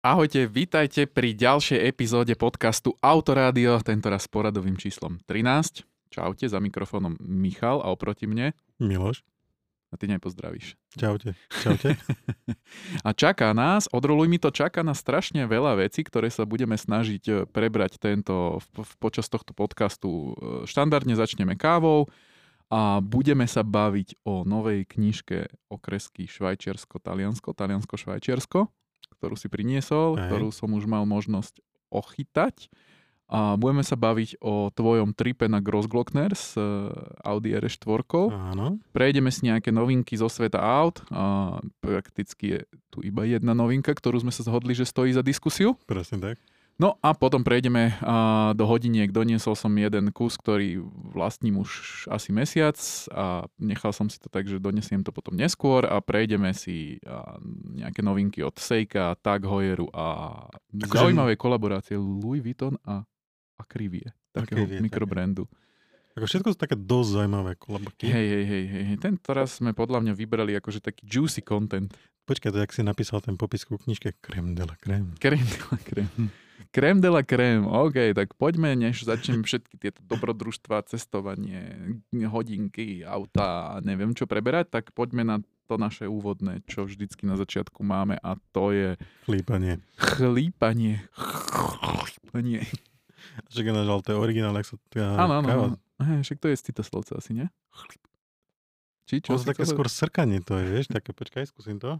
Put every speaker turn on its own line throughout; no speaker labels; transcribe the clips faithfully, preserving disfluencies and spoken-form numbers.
Ahojte, vítajte pri ďalšej epizóde podcastu Autorádio, tentoraz s poradovým číslom trinásť. Čaute, za mikrofónom Michal a oproti mne
Miloš.
A ty nepozdravíš.
Čaute. Čaute.
A čaká nás, odroluj mi to, čaká nás strašne veľa vecí, ktoré sa budeme snažiť prebrať tento, v, v, počas tohto podcastu. Štandardne začneme kávou a budeme sa baviť o novej knižke Okresky Švajčiarsko-Taliansko, Taliansko-Švajčiarsko, ktorú si priniesol, Aj. ktorú som už mal možnosť ochytať. A budeme sa baviť o tvojom tripe na Grossglockner s Audi er es štyri.
Áno.
Prejdeme si nejaké novinky zo sveta aut. A prakticky je tu iba jedna novinka, ktorú sme sa zhodli, že stojí za diskusiu.
Presne tak.
No a potom prejdeme a, do hodiniek. Doniesol som jeden kus, ktorý vlastním už asi mesiac a nechal som si to tak, že donesiem to potom neskôr a prejdeme si a, nejaké novinky od Seika, Tag Heueru a Ako zaujímavé že... kolaborácie Louis Vuitton a Akrivie, takého Akrivie, mikrobrandu.
Ako všetko sú také dosť zaujímavé kolaborky.
Hej, hej, hej, hej. Ten teraz sme podľa mňa vybrali akože taký juicy content.
Počkaj, to jak si napísal ten popis ku knižke Crème de la crème.
Crème de la crème. Crème de la crème, OK, tak poďme, než začneme všetky tieto dobrodružstva, cestovanie, hodinky, auta a neviem čo preberať, tak poďme na to naše úvodné, čo vždycky na začiatku máme a to je...
Chlípanie.
Chlípanie. Chlípanie.
Však je nažal, to je originál, ak sa...
Áno, áno, áno. Však to je z Citoslovca asi, nie? Či čo?
To je také to... skôr srkanie to je, vieš, také, počkaj, skúsim to.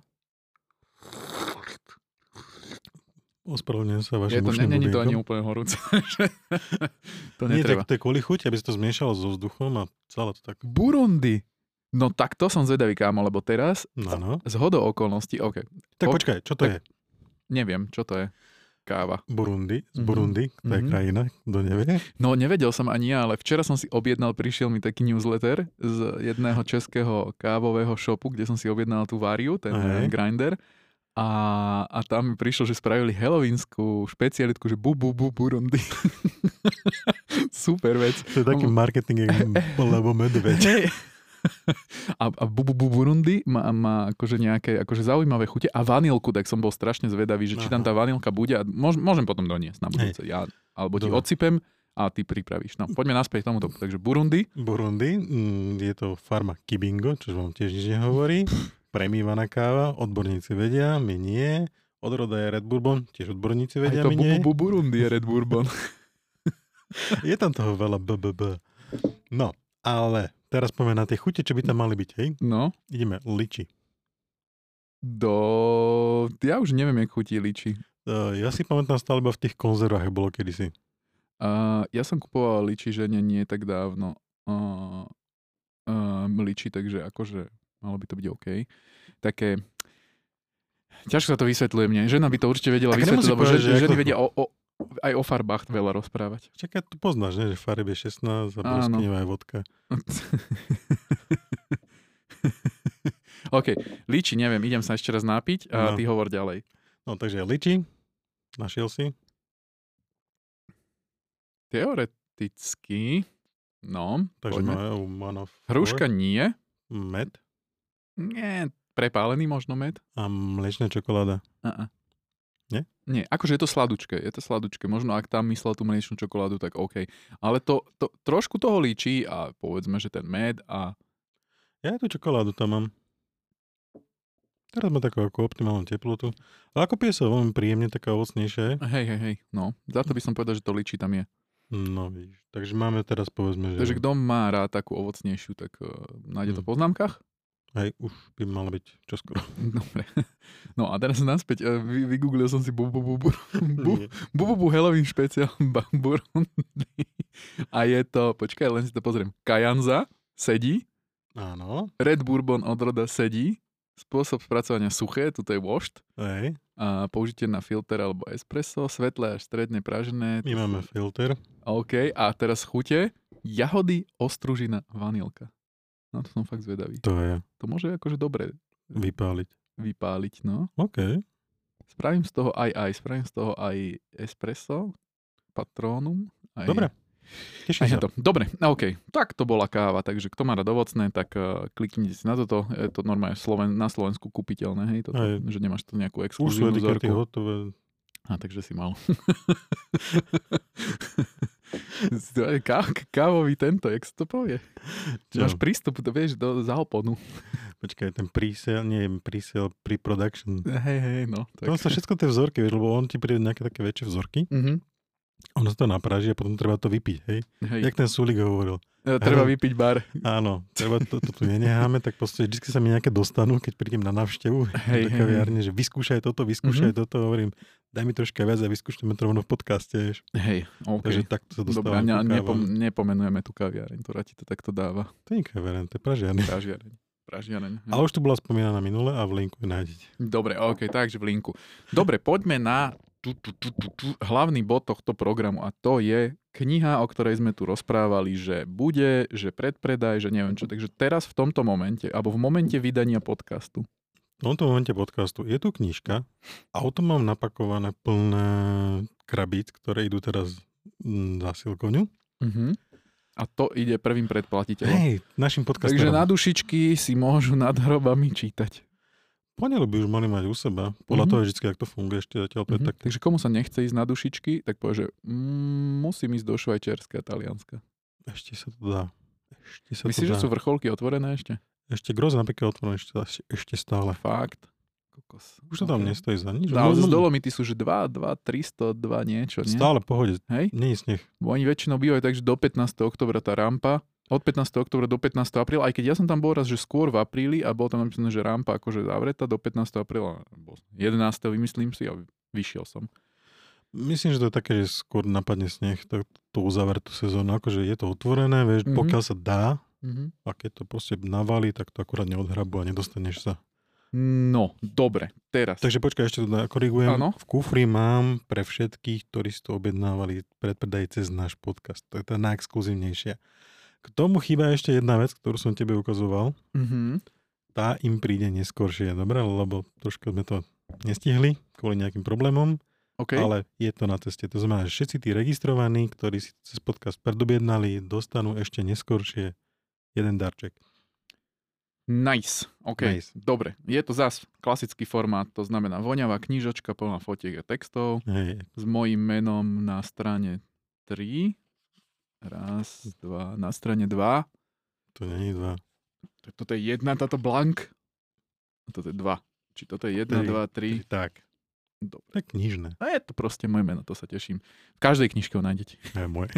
Ospravedlňujem sa vašim ušným
bublienkom. Nie je to ani úplne horúce. To netreba.
Nie, tak to je kvôli chuti, aby si to zmiešalo so vzduchom a celé to tak.
Burundi. No tak to som zvedavý, kámo, lebo teraz
no, no.
z hodou okolností, OK.
Tak po... počkaj, čo to tak, je?
Neviem, čo to je. Káva.
Burundi, z Burundi, mm-hmm. to je krajina, kto nevie.
No nevedel som ani ja, ale včera som si objednal, prišiel mi taký newsletter z jedného českého kávového shopu, kde som si objednal tú váriu, ten Aj. grinder. A, a tam mi prišlo, že spravili halloweenskú špecialitku, že bu, bu, bu, Burundi. Super vec.
To je taký marketing, lebo medveď.
Hey. A, a bu, bu, bu, Burundi má, má akože nejaké akože zaujímavé chute a vanilku, tak som bol strašne zvedavý, že či tam tá vanilka bude a môž, môžem potom doniesť na budúce. Ja, alebo ti odsypem a ty pripravíš. No, poďme naspäť k tomuto. Takže Burundi.
Burundi, je to farma Kibingo, čo vám tiež nič nehovorí. Premývaná káva, odborníci vedia, my nie. Odroda je Red Bourbon, tiež odborníci vedia,
my
nie.
Aj to Burundi je Red Bourbon.
Je tam toho veľa b, b, b. No, ale teraz poďme na tie chute, čo by tam mali byť, hej?
No.
Ideme, liči.
Do... Ja už neviem, jak chutí liči.
Uh, ja si pamätám stále iba v tých konzervách, bolo kedysi.
Uh, ja som kupoval liči, že nie, nie tak dávno. Uh, uh, liči, takže akože... Malo by to byť OK. Také... Ťažko sa to vysvetľuje mne. Žena by to určite vedela vysvetliť, lebo že, že ženy to... vedia o, o, aj o farbách veľa rozprávať.
Čakaj, tu poznáš, ne? Že fareb je šestnásť a broskyňová je vodka. OK,
liči, neviem, idem sa ešte raz nápiť a no. Ty hovor ďalej.
No, takže liči. Našiel si?
Teoreticky. No,
takže
poďme. Hruška nie.
Med?
Nie, prepálený možno med.
A mliečná čokoláda?
Uh-uh.
Nie?
Nie, akože je to sladučké, je to sladučké. Možno ak tam myslel tú mliečnú čokoládu, tak OK. Ale to, to trošku toho líčí a povedzme, že ten med a...
Ja tú čokoládu tam mám. Teraz má takú ako optimálnu teplotu. Ale ako pije sa veľmi príjemne, taká ovocnejšia.
Hej, hej, hej. No, za to by som povedal, že to líčí tam je.
No vidíš, takže máme teraz povedzme, že...
Takže kto má rád takú ovocnejšiu, tak uh, nájde to v poznámkach?
Hej, už by malo byť čoskoro.
Dobre. No a teraz naspäť, uh, vy, vygooglil som si bu, bu, bu, bu, bu, bu, bu, bu Halloween špeciál Burundi. A je to, počkaj, len si to pozriem. Kajanza sedí.
Áno.
Red Bourbon odroda sedí. Spôsob spracovania suché, tuto je washed.
Hej.
A použitie na filter alebo espresso, svetlé až stredne pražené.
My máme filter.
OK, a teraz chute, jahody, ostružina, vanilka. No to som fakt zvedavý.
To je.
To môže akože dobre
vypáliť.
Vypáliť, no.
OK.
Spravím z toho aj aj, spravím z toho aj espresso, patronum. Aj...
Dobre. Teším sa.
To. Dobre, OK. Tak to bola káva, takže kto má rád ovocné, tak uh, kliknite si na toto. Je to normálne Sloven, na Slovensku kúpiteľné, hej? Toto, že nemáš to nejakú exkluzívnu vzorku.
Hotové.
A takže si mal. Ká, kávový tento, jak sa to povie? Čo? Máš prístup, to vieš, do záoponu.
Počkaj, ten pre-sale, nie pre-sale, pre-production.
Hej, hej, no.
Tak. To sú všetko tie vzorky, vieš, lebo on ti príde nejaké také väčšie vzorky.
Mhm.
Ono sa to napraží a potom treba to vypiť, hej? Hej. Jak ten Sulik hovoril.
Ja, treba hej. vypiť bar.
Áno, treba to, to tu nenecháme, tak proste vždy sa mi nejaké dostanú, keď prídem na návštevu
hej,
do kaviárne, že vyskúšaj toto, vyskúšaj mm-hmm. toto, hovorím, daj mi troška viac a vyskúšame to rovno v podcaste, vieš.
Hej, ok.
Takže takto sa dostávam.
Dobre, nepom- nepomenujeme tú kaviareň, ktorá ti to takto dáva.
To nie je kaviareň, to je pražiareň.
Pražiareň. Pražiareň.
Ale už tu bola spomínaná minule a v linku ju nájdete.
Dobre, ok, takže v linku. Dobre, poďme na Tu, tu, tu, tu, tu, hlavný bod tohto programu a to je kniha, o ktorej sme tu rozprávali, že bude, že predpredaj, že neviem čo. Takže teraz v tomto momente, alebo v momente vydania podcastu.
V tomto momente podcastu je tu knižka a o tom mám napakované plné krabíc, ktoré idú teraz za Silkoňu.
Uh-huh. A to ide prvým predplatiteľom.
Hej, našim podcastom.
Takže na dušičky si môžu nad hrobami čítať.
Ponelo by už mali mať u seba. Podľa mm-hmm. toho vždy, ak to funguje ešte zatiaľ. To mm-hmm. je tak...
Takže komu sa nechce ísť na dušičky, tak povie, že mm, musím ísť do Švajčiarska a Talianska.
Ešte sa to dá. Ešte sa
Myslíš,
to dá.
že sú vrcholky otvorené ešte?
Ešte Groz napríklad otvorené ešte, ešte stále.
Fakt? Kokos.
Už to tam okay. nestojí za nič.
No, ale z Dolomity sú, že dva, dva, tristo dva niečo, nie?
Stále pohode.
Hej?
Nie je sneh.
Bo oni väčšinou bývajú tak, že do pätnásteho októbra tá rampa, od pätnásteho októbra do pätnásteho apríla, aj keď ja som tam bol raz, že skôr v apríli a bolo tam napísané, že rampa akože zavretá do pätnásteho apríla, jedenásteho vymyslím si a vyšiel som.
Myslím, že to je také, že skôr napadne sneh, to, to uzavretú sezónu, akože je to otvorené, vieš, mm-hmm. pokiaľ sa dá, mm-hmm. a keď to proste navalí, tak to akurát neodhrabu a nedostaneš sa.
No, dobre, teraz.
Takže počkaj, ešte to korigujem.
Áno?
V kufri mám pre všetkých, ktorí si to objednávali predpredaj cez náš podcast. To je tá najexkluzívnejšia. K tomu chýba ešte jedna vec, ktorú som tebe ukazoval. Mm-hmm. Tá im príde neskôršie, dobre? Lebo trošku sme to nestihli kvôli nejakým problémom, okay. Ale je to na ceste. To znamená, že všetci tí registrovaní, ktorí si cez podcast predobjednali, dostanú ešte neskôršie jeden darček.
Nice, ok,
nice.
Dobre. Je to zas klasický formát, to znamená voňavá knižočka plná fotiek a textov
hey.
S mojím menom na strane tri. Raz, dva, na strane dva.
To nie je dva.
Toto je jedna, táto blank. A toto je dva. Či toto je jedna, dva, tri.
Tak.
Dobre.
To je knižné.
A je to proste moje meno, to sa teším. V každej knižke ho nájdete.
Je moje.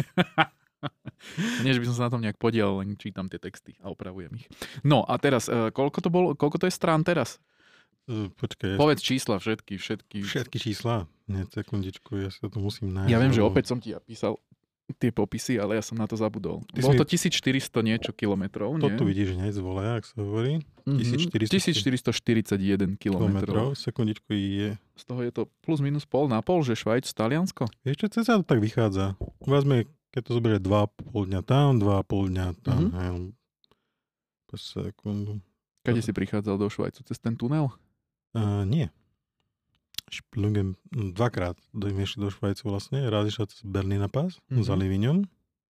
Nie, že by som sa na tom nejak podielal, len čítam tie texty a opravujem ich. No a teraz, koľko to bolo, koľko to je strán teraz?
Počkaj.
Povedz čísla, všetky, všetky.
Všetky čísla? Nie, sekundičku, ja sa to musím nájsť.
Ja viem, že opäť som ti ja písal tie popisy, ale ja som na to zabudol.
Ty
Bolo
si...
to tisícstoštyristo niečo kilometrov, nie?
To tu vidíš hneď z voleja, ak sa hovorí.
Mm-hmm. tisícštyristoštyridsaťjeden kilometrov.
Sekundičku je.
Z toho je to plus minus pol na pol, že Švajc, Taliansko?
Vieš čo, cez sa to tak vychádza. Vezme, keď to zoberie dva a pol dňa tam, dva a pol dňa tam. Mm-hmm. Po sekundu.
Kade si prichádzal do Švajcu? Cez ten tunel?
Uh, nie. Šplungem dvakrát dojme ešte do Švajcu vlastne. Raz išiel cez Bernina Pass, mm-hmm. za Livignom.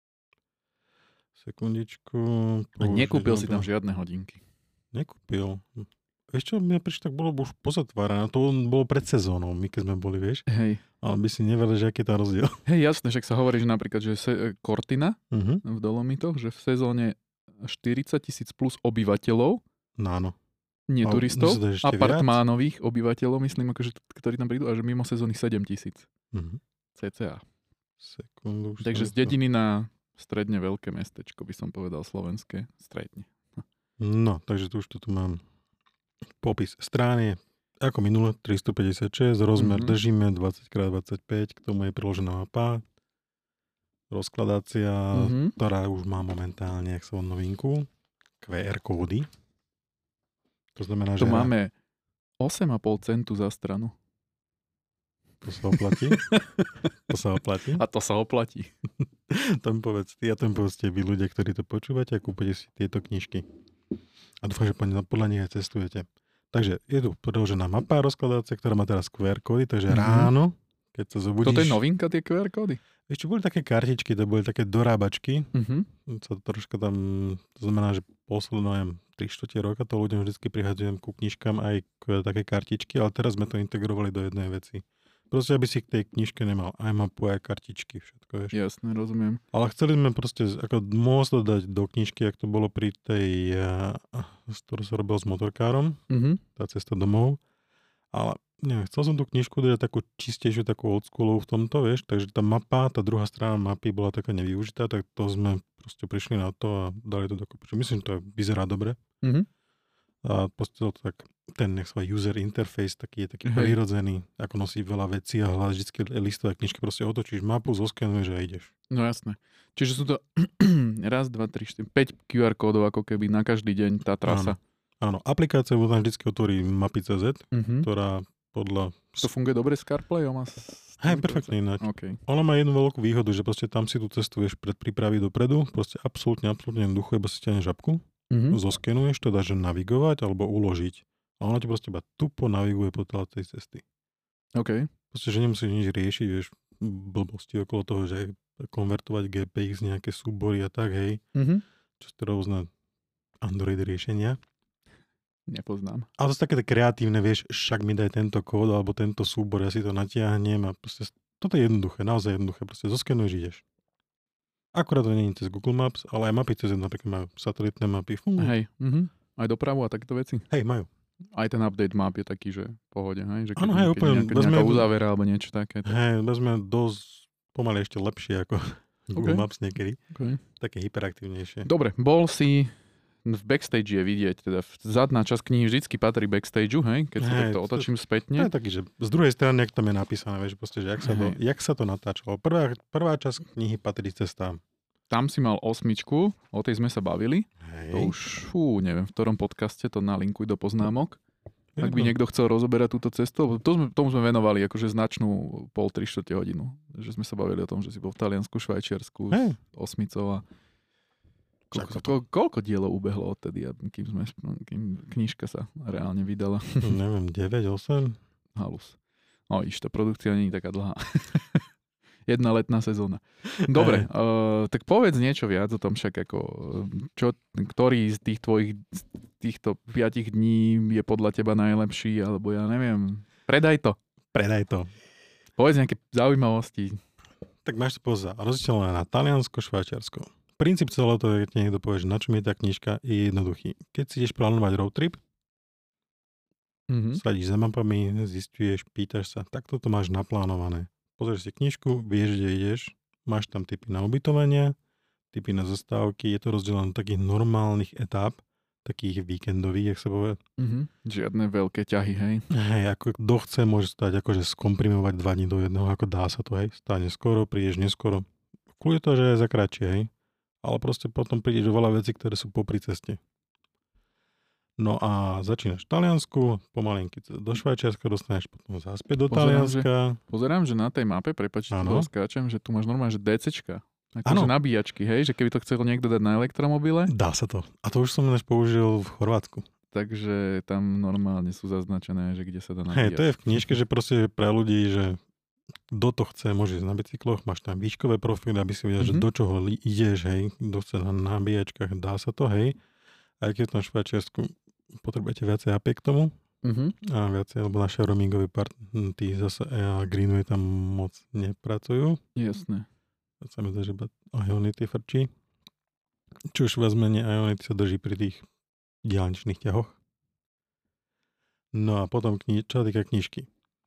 Sekundičku.
A nekúpil si tam žiadne hodinky?
Nekúpil. Vieš čo, mňa prišlo tak bolo už pozatvárané. To bolo pred sezónou, my keď sme boli, vieš.
Hej.
Ale by si nevedel, že aký je tam rozdiel.
Hej, jasné, však sa hovorí, že napríklad, že se, Cortina uh-huh. v Dolomitoch, že v sezóne štyridsať tisíc plus obyvateľov.
No áno.
Nie
a
turistov, apartmánových
viac?
Obyvateľov, myslím, akože, ktorí tam prídu, a že mimo sezóny sedem tisíc. Uh-huh. cca.
Sekundu.
Takže z dediny na stredne veľké mestečko, by som povedal, slovenské, stredne.
No, takže tu už to tu mám. Popis strany, ako minule, tristopäťdesiatšesť, rozmer uh-huh. držíme dvadsať krát dvadsaťpäť, k tomu je priložená mapa, rozkladácia, uh-huh. ktorá už má momentálne, ak sa novinku, kvé er kódy. To znamená,
to
že...
máme osem a pol centu za stranu.
To sa oplatí? To sa oplatí?
A to sa oplatí.
To mi povedz, ja to mi povedzte vy ľudia, ktorí to počúvate a kúpite si tieto knižky. A dúfam, že podľa nich aj cestujete. Takže je tu predložená mapa rozkladácia, ktorá má teraz kvé er kódy, takže mm-hmm. ráno, keď sa zobudíš...
Toto je novinka, tie kvé er kódy?
Ešte boli také kartičky, to boli také dorábačky.
Mm-hmm.
Sa to troška tam, to znamená, že posledno, neviem, tri štvrte roka to ľuďom vždy prihádzujem ku knižkám aj také kartičky, ale teraz sme to integrovali do jednej veci. Proste, aby si k tej knižke nemal aj mapu, aj kartičky, všetko, vieš.
Jasne, rozumiem.
Ale chceli sme proste, ako môcť to dať do knižky, ak to bolo pri tej, z ktorou sa robil s motorkárom,
mm-hmm.
tá cesta domov. Ale neviem, chcel som tú knižku dať takú čistejšiu, takú oldschoolovú v tomto, vieš, takže tá mapa, tá druhá strana mapy bola taká nevyužitá, tak to sme proste prišli na to a dali to dokopy. Myslím, že to vyzerá dobre.
Mm-hmm.
A proste to tak, ten svoj user interface taký je taký prirodzený, ako nosí veľa vecí a hľadaš vždycky listové knižky, proste otočíš mapu, zoskenuješ a ideš.
No jasné. Čiže sú to raz, dva, tri, štyri, päť kú er kódov ako keby na každý deň tá trasa.
Áno, áno. Aplikácia tam vždycky otvorí mapy bodka cé zet,
mm-hmm.
ktorá podľa...
To funguje dobre s CarPlayom? A s...
Hej, perfektne ináč.
Okay.
Ona má jednu veľkú výhodu, že proste tam si tu cestuješ pred prípravy dopredu, proste absolútne, absolútne jednoducho, iba si ťahne žabku. Mm-hmm. Zoskenuješ to, dáš navigovať alebo uložiť. A ona ti proste iba tupo naviguje po tej cesty.
OK.
Proste, že nemusíš nič riešiť, vieš, blbosti okolo toho, že konvertovať gé pé iks, nejaké súbory a tak, hej.
Mm-hmm.
Čo sú rôzne Android riešenia.
Nepoznám.
Ale to sú také kreatívne, vieš, však mi daj tento kód alebo tento súbor, ja si to natiahnem a proste, toto je jednoduché, naozaj jednoduché, proste zoskenuješ, ideš. Akurát to nie je cez Google Maps, ale aj mapy cez napríklad majú satelitné mapy. Fungujú.
Hej, uh-huh. Aj dopravu a takéto veci?
Hej, majú.
Aj ten update map je taký, že v pohode, hej? Že keď,
ano, hej,
keď
úplne,
nejaká, nejaká uzávera alebo niečo také. Tak...
Hej, vezme dosť pomaly ešte lepšie ako Google okay. Maps niekedy.
Okay.
Také hyperaktívnejšie.
Dobre, bol si v backstage je vidieť, teda zadná časť knihy vždycky patrí backstageu, hej? Keď sa hey, to otočím to, spätne.
To je taký, že z druhej strany, jak tam je napísané, vieš, proste, že jak sa, to, jak sa to natáčalo. Prvá, prvá časť knihy patrí cestám.
Tam si mal osmičku, o tej sme sa bavili.
Hej.
To už, fú, neviem, v ktorom podcaste to nalinkuj do poznámok. Ak by niekto chcel rozoberať túto cestu, to sme, tomu sme venovali akože značnú pol, tri štvrte hodinu. Že sme sa bavili o tom, že si bol v Taliansku, Švajčiarsku, hey. osmicou a koľko, ko, koľko dielov ubehlo odtedy, kým, sme, kým knižka sa reálne vydala.
Neviem, deväť, osem?
Halus. No, iš, tá produkcia nie je taká dlhá. Jedna letná sezóna. Dobre, uh, tak povedz niečo viac o tom však, ako, čo, ktorý z tých tvojich z týchto piatich dní je podľa teba najlepší, alebo ja neviem. Predaj to.
Predaj to.
Povedz nejaké zaujímavosti.
Tak máš to pozor. Rozdielne na Taliansko, Švajčiarsko. Princíp celého to je, keď niekto povie, že na čom je tá knižka, je jednoduchý. Keď si ideš plánovať road trip, mm-hmm. sadíš za mapami, zistuješ, pýtaš sa, tak toto máš naplánované. Pozrieš si knižku, vieš, kde ideš, máš tam tipy na ubytovania, tipy na zastávky, je to rozdelené do takých normálnych etáp, takých víkendových, jak sa povie.
Mm-hmm. Žiadne veľké ťahy, hej?
Hej, ako kto chce, môže stať akože skomprimovať dva dní do jedného, ako dá sa to, hej. Stáne skoro, prídeš neskoro. Kľuje to, že je za kratšie, hej. Ale proste potom prídeš do veľa vecí, ktoré sú popri ceste. No a začínaš v Taliansku, pomalinky do Švajčiarska, dostaneš potom zaspäť do pozerám, Talianska.
Že, pozerám, že na tej mape, prepáč, že to skáčem, že tu máš normálne, že DCčka. Akože nabíjačky, hej? Že keby to chcel niekto dať na elektromobile.
Dá sa to. A to už som než použil v Chorvátsku.
Takže tam normálne sú zaznačené, že kde sa dá nabíjať.
Hej, to je v knižke, že proste pre ľudí, že kto to chce, môže ísť na bicykloch, máš tam výškové profily, aby si videl, mm-hmm. že do čoho li- ideš, hej, kto chce na nabíjačkách, dá sa to, hej. A keď v tom Švajčiarsku potrebujete viacej á pé k tomu mm-hmm. a viacej, lebo naše roamingové party zase a Greenway tam moc nepracujú.
Jasné.
To sa mi zdá, že Ionity frčí. Čo už viac menej Ionity sa drží pri tých diaľničných ťahoch. No a potom, kni- čo týka knižky.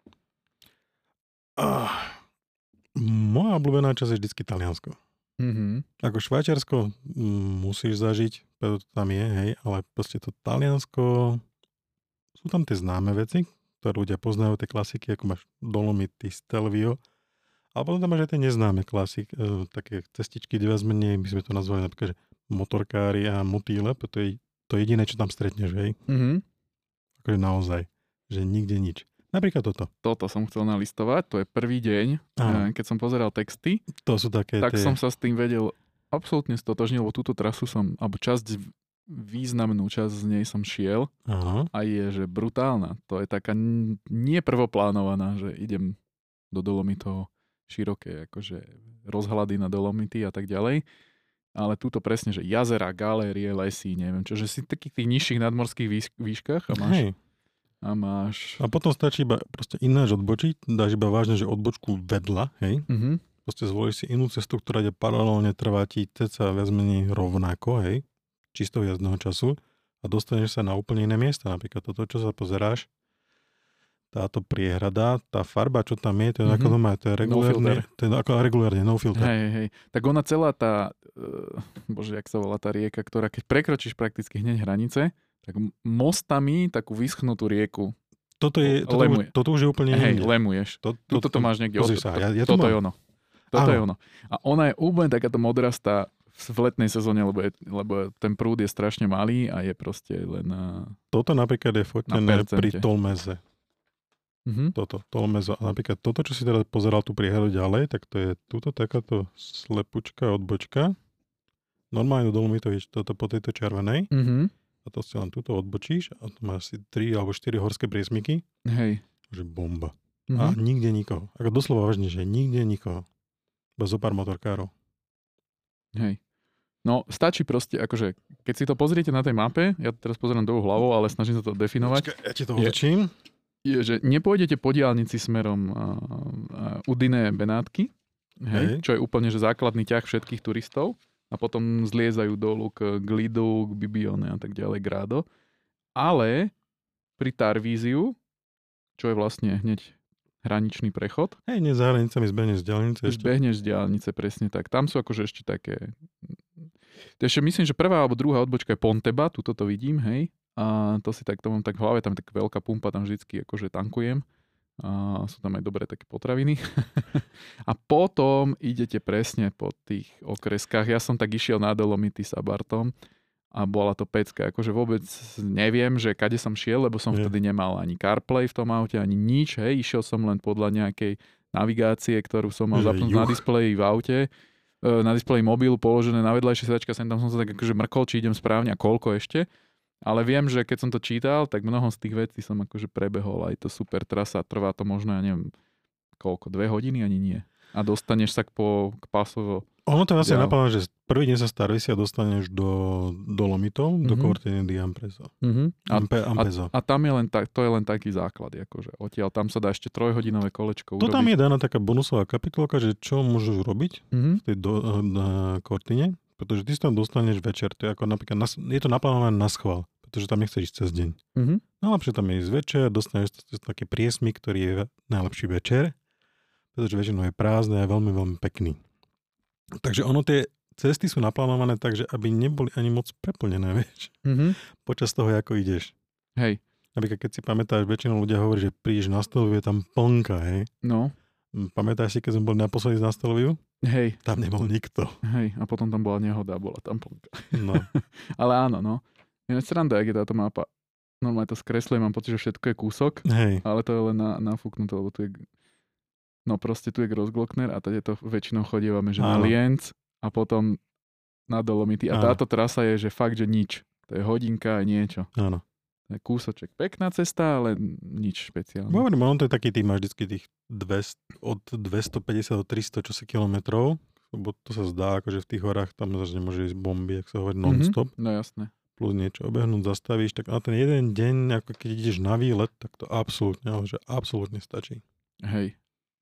Ah, moja obľúbená časť je vždycky Taliansko.
Mm-hmm.
Ako Švajčiarsko m, musíš zažiť, preto to tam je, hej, ale proste to Taliansko, sú tam tie známe veci, ktoré ľudia poznajú, tie klasiky, ako máš Dolomity, Stelvio, a potom tam máš aj tie neznáme klasik, e, také cestičky, kde viac menej, my sme to nazvali napríklad, že motorkári a motýle, to je to jediné, čo tam stretneš, hej.
Mm-hmm.
Akože naozaj, že nikde nič. Napríklad toto.
Toto som chcel nalistovať, to je prvý deň, Aha. keď som pozeral texty.
To sú také
tak
tie...
som sa s tým vedel absolútne stotožniť, lebo túto trasu som, alebo časť, významnú časť z nej som šiel
Aha.
a je, že brutálna. To je taká nie prvoplánovaná, že idem do Dolomitov široké, akože rozhľady na Dolomity a tak ďalej. Ale túto presne, že jazera, galérie, lesy, neviem čo, že si v takých tých nižších nadmorských výš- výškach a máš...
Hej.
a máš...
A potom stačí iba proste ináč odbočiť, dáš iba vážne, že odbočku vedľa, hej?
Mm-hmm.
Proste zvolíš si inú cestu, ktorá ide paralelne, trvá ti ceca viac menej rovnako, hej? Čisto jazdného času a dostaneš sa na úplne iné miesta. Napríklad toto, čo sa pozeráš, táto priehrada, tá farba, čo tam je, to je mm-hmm. ako doma, to je regulárne, no to je ako regulárne, no filter.
Hej, hej. Tak ona celá tá, uh, bože, jak sa volá tá rieka, ktorá keď prekročíš prakticky hneď hranice, tak mostami takú vyschnutú rieku.
Toto je, toto, už, toto už je úplne
hej,
inde.
lemuješ. To, to, toto to máš niekde. Od,
sa, ja, ja
to toto
mám.
je ono. Toto Áno. je ono. A ona je úplne takáto modrastá v letnej sezóne, lebo, je, lebo ten prúd je strašne malý a je proste len na
Toto napríklad je fotené pri Tolmeze.
Mm-hmm.
Toto, Tolmezo. A napríklad toto, čo si teraz pozeral tú priehradu ďalej, tak to je túto takáto slepučka, odbočka. Normálne dolu mi to vidíš, toto po tejto červenej.
Mm-hmm.
A to si len túto odbočíš a tu máš asi tri alebo štyri horské priesmyky.
Hej.
Že bomba.
Mm-hmm.
A nikde nikoho. Ako doslova vážne, že nikde nikoho. Bez opár motorkárov.
Hej. No, stačí proste, akože, keď si to pozriete na tej mape, ja teraz pozerám dolu hlavou, ale snažím sa to definovať.
Počkaj, ja ti to otočím.
Je, je, že nepôjdete po diaľnici smerom uh, uh, Udine Benátky, hej, hej. Čo je úplne že základný ťah všetkých turistov a potom zliezajú dolu k Glidu, k Bibione a tak ďalej, Grado. Ale pri Tarvíziu, čo je vlastne hneď hraničný prechod.
Hej, nie za hranicami zbehneš z diaľnice.
Zbehneš z diaľnice, presne tak. Tam sú akože ešte také... To ešte myslím, že prvá alebo druhá odbočka je Ponteba, tuto to vidím, hej. A to si tak, to mám tak v hlave, tam je tak veľká pumpa, tam vždycky akože tankujem. A sú tam aj dobré také potraviny. A potom idete presne po tých okreskách. Ja som tak išiel na Dolomity s Abartom a bola to pecka. Akože vôbec neviem, že kade som šiel, lebo som vtedy nemal ani CarPlay v tom aute, ani nič. Hej, išiel som len podľa nejakej navigácie, ktorú som mal zapnúť na displeji v aute. Na displeji mobilu položené na vedľajšie sedačka, sem tam som sa tak akože mrkol, či idem správne a koľko ešte. Ale viem, že keď som to čítal, tak mnoho z tých vecí som akože prebehol. Aj to super trasa, trvá to možno, ja neviem, koľko, dve hodiny ani nie. A dostaneš sa k, po, k Pasovo.
Ono to vlastne napadlo, že prvý deň sa z Tarvisia dostaneš do Dolomitov, mm-hmm. do Cortina di Ampezzo.
Mm-hmm. A,
Ampe, Ampezzo.
A, a tam je len, tak, to je len taký základ, akože odtiaľ tam sa dá ešte trojhodinové kolečko
to
urobiť.
To tam je daná taká bonusová kapitolka, že čo môžeš robiť mm-hmm. v tej do, na Cortine, pretože ty sa tam dostaneš večer, to je ako napríklad, na, je to naplánované na schvál, pretože tam nechceš ísť cez deň.
Mm-hmm.
Najlepšie tam je ísť večer, dostaneš taký priesmyk, ktorý je najlepší večer, pretože väčšinou je prázdne a je veľmi, veľmi pekný. Takže ono tie cesty sú naplánované tak, že aby neboli ani moc preplnené, vieš,
mm-hmm.
počas toho, ako ideš.
Hej.
Napríklad, keď si pamätáš, väčšinou ľudia hovorí, že prídeš na Stelviu, je tam plnka, hej.
No.
Pamätáš si, keď sme boli naposledy na Stelviu?
Hej.
Tam nebol nikto.
Hej, a potom tam bola nehoda, bola tam plnka.
No.
Ale áno, no. Je sranda, jak je táto mapa. Normálne to skreslujem, mám pocit, že všetko je kúsok,
hej.
Ale to je len na, nafúknuté, lebo tu je... No proste tu je Grossglockner a tady to väčšinou chodievame, že áno. Na Lienz a potom na Dolomity. A áno. Táto trasa je, že fakt, že nič. To je hodinka a niečo.
Áno.
To je kúsoček. Pekná cesta, ale nič špeciálne.
Hovorím, on to je taký, ty máš vždycky tých dvesto, od dvestopäťdesiat do tristo čosi kilometrov, lebo to sa zdá, akože v tých horách tam zase nemôže ísť bomby, ak sa hovorí non-stop.
Mm-hmm. No jasné.
Plus niečo obehnúť, zastavíš, tak na ten jeden deň, ako keď ideš na výlet, tak to absolútne, ale že absolútne stačí.
Hej.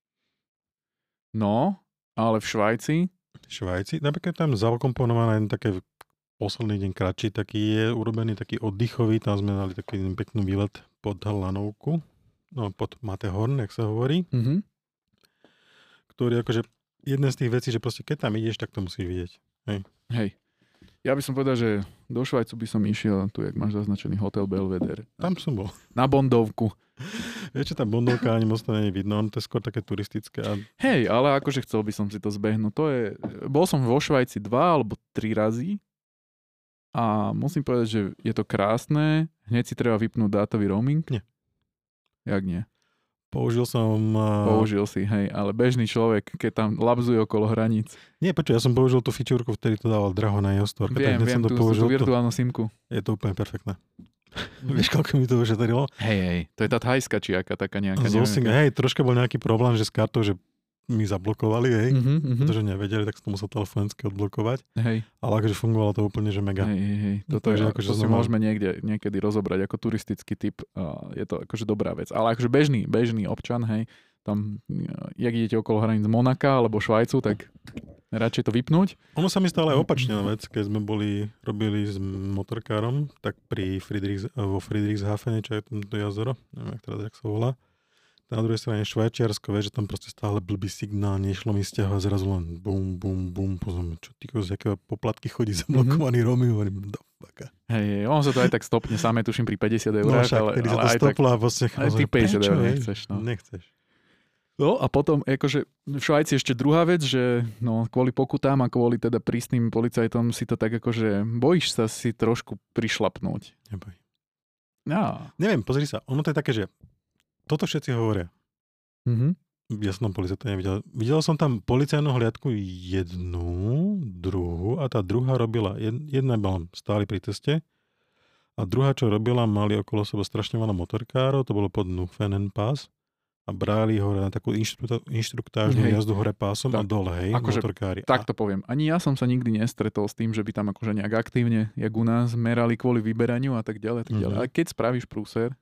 No, ale v Švajci?
V Švajci? Napríklad tam zakomponované také posledný deň kratší, taký je urobený taký oddychový, tam sme dali taký pekný výlet pod Hlanovku, no pod Matterhorn, jak sa hovorí,
mm-hmm.
ktorý akože jedna z tých vecí, že proste keď tam ideš, tak to musíš vidieť. Hej.
Hej. Ja by som povedal, že do Švajcu by som išiel, tu jak máš zaznačený Hotel Belvedere.
Tam som bol.
Na Bondovku.
Vieš, tá Bondovka ani moc to nie je vidno, to je skôr také turistické. A...
Hej, ale akože chcel by som si to zbehnúť. To je, bol som vo Švajci dva alebo tri razy a musím povedať, že je to krásne. Hneď si treba vypnúť dátový roaming.
Nie.
Jak nie?
Použil som... Uh...
Použil si, hej, ale bežný človek, keď tam labzuje okolo hraníc.
Nie, počuj, ja som použil tú fičúrku, vtedy to dával draho na jeho storke.
Viem, viem, tú, tú virtuálnu simku.
Je to úplne perfektné. Vieš, koľko mi to ušetrilo?
Hej, hej, to je tá thajská čiaka, taká nejaká.
Zosing, hej, troška bol nejaký problém, že s kartou, že mi zablokovali, hej,
uh-huh, uh-huh.
pretože nevedeli, tak som to musel telefonicky odblokovať.
Hej.
Ale akože fungovalo to úplne, že mega.
Hej, hej, hej. Toto
Takže
je,
akože
to si
znamená...
môžeme niekde, niekedy rozobrať ako turistický typ. Je to akože dobrá vec. Ale akože bežný, bežný občan, hej, tam, jak idete okolo hraníc Monaka alebo Švajcu, tak radšej to vypnúť.
Ono sa mi stalo aj opačne vec, keď sme boli, robili s motorkárom, tak pri Friedrichs, vo Friedrichshafene, čo je tam to jazero, neviem, jak teraz, jak sa volá. Na druhej strane Švajčiarsko, vieš, že tam proste stále blbý signál, nešlo mi stiahovať, zrazu len bum, bum, bum, pozrieme, čo ty, z jakého poplatky chodí zablokovaný mm-hmm. Romy, hovorím, do faka.
Hej, on sa to aj tak stopne, samé tuším pri päťdesiat eurách,
no, však,
ale,
ale
sa to
aj stopla,
tak,
vlastne,
aj ty päťdesiat eur nechceš, no.
Nechceš.
No a potom, akože v Švajci ešte druhá vec, že no, kvôli pokutám a kvôli teda prísnym policajtom si to tak akože bojíš sa si trošku prišlapnúť.
Neboj.
No.
Neviem, pozri sa, ono to je také, že toto všetci hovoria.
Mhm.
Ja som tam policajta nevidel. Videl som tam policajnú hliadku jednu, druhú a tá druhá robila, jedna bola stáli pri ceste a druhá, čo robila, mali okolo seba strašne veľa motorkárov, to bolo pod Nufenen Pass a brali hore na takú inštru, inštruktážnu hej. jazdu hore pásom tak, a dole, hej, akože, motorkári.
Tak to poviem. Ani ja som sa nikdy nestretol s tým, že by tam akože nejak aktívne, jak u nás, merali kvôli vyberaniu a tak ďalej, tak ďalej. Mm-hmm. Ale keď spravíš prúser,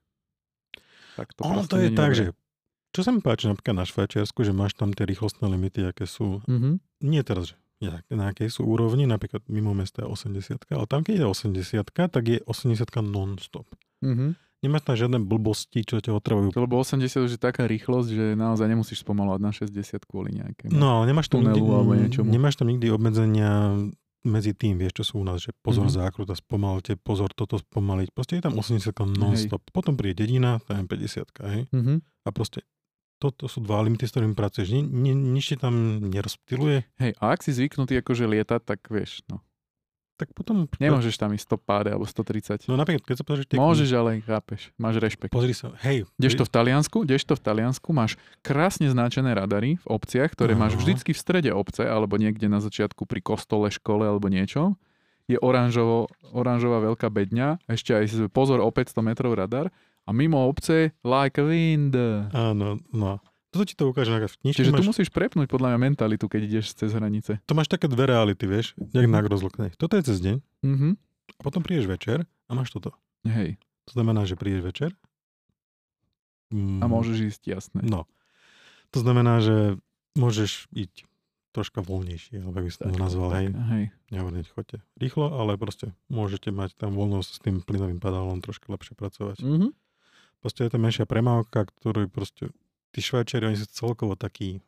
tak to
ono to je tak, že čo sa mi páči napríklad na Švajčiarsku, že máš tam tie rýchlostné limity, aké sú. Mm-hmm. Nie teraz, že na akej sú úrovni, napríklad mimo mesta je osemdesiatka, ale tam, keď je osemdesiatka, tak je osemdesiatka non-stop. Mm-hmm. Nemáš tam žiadne blbosti, čo ťa otravujú.
Lebo osemdesiat už je taká rýchlosť, že naozaj nemusíš spomalovať na šesťdesiat kvôli nejakému
no, nemáš tam
tunelu
nikdy,
alebo niečomu.
Nemáš tam nikdy obmedzenia medzi tým, vieš, čo sú u nás, že pozor mm-hmm. zákruta, spomalte, pozor toto spomaliť. Proste je tam osemdesiatka non-stop. Hej. Potom príde dedina, tam je päťdesiatka, hej. Mm-hmm. A proste toto sú dva limity, s ktorými pracuješ. Ni, ni, nič ti tam nerozptýluje.
Hej, a ak si zvyknutý akože lietať, tak vieš, no.
Tak potom...
Nemôžeš tam ísť sto páde alebo sto tridsať.
No napríklad, keď sa pozrieš... Tie...
Môžeš, ale chápeš. Máš rešpekt.
Pozri sa, hej.
Kdežto v Taliansku, kdežto v Taliansku máš krásne značené radary v obciach, ktoré uh-huh. máš vždycky v strede obce, alebo niekde na začiatku pri kostole, škole alebo niečo. Je oranžovo, oranžová veľká bedňa, ešte aj pozor o päťsto metrov radar. A mimo obce, like a wind.
Áno, no. Toto ti to ukáže.
Čiže máš... tu musíš prepnúť podľa mňa mentalitu, keď ideš cez hranice.
To máš také dve reality, vieš, jak na rozlokne. Toto je cez deň,
mm-hmm.
a potom prídeš večer a máš toto.
Hej.
To znamená, že prídeš večer.
Mm. A môžeš ísť, jasné.
No. To znamená, že môžeš ísť troška voľnejšie, alebo by som to nazval, hej.
hej.
Nehovorím, choďte rýchlo, ale proste môžete mať tam voľnosť s tým plynovým padálom troška lepšie pracovať.
Mm-hmm.
Proste je to menšia premávka, ktorú proste tí Švajčiari, oni sú celkovo takí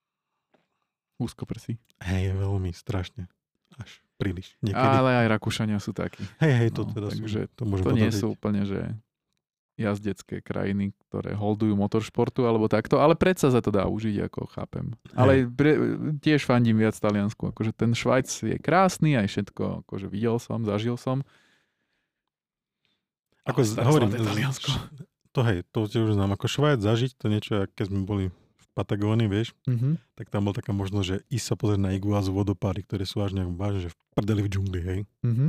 úzkoprsí.
Hej, veľmi, strašne. Až príliš. Niekedy.
Ale aj Rakúšania sú takí.
Hej, hej, to
no,
teda
takže
sú. To,
to nie sú úplne, že jazdecké krajiny, ktoré holdujú motoršportu alebo takto, ale predsa sa to dá užiť, ako chápem. Hej. Ale pre, tiež fandím viac Taliansku. Akože ten Švajc je krásny, aj všetko, akože videl som, zažil som.
Ako z, hovorím, Taliansko. To hej, to už znám. Ako Švajc zažiť, to niečo, keď sme boli v Patagónii, vieš, mm-hmm. tak tam bol taká možnosť, že ísť sa pozrieť na Iguazu vodopády, ktoré sú až nejak vážne, že v prdeli v džungli, hej. Mm-hmm.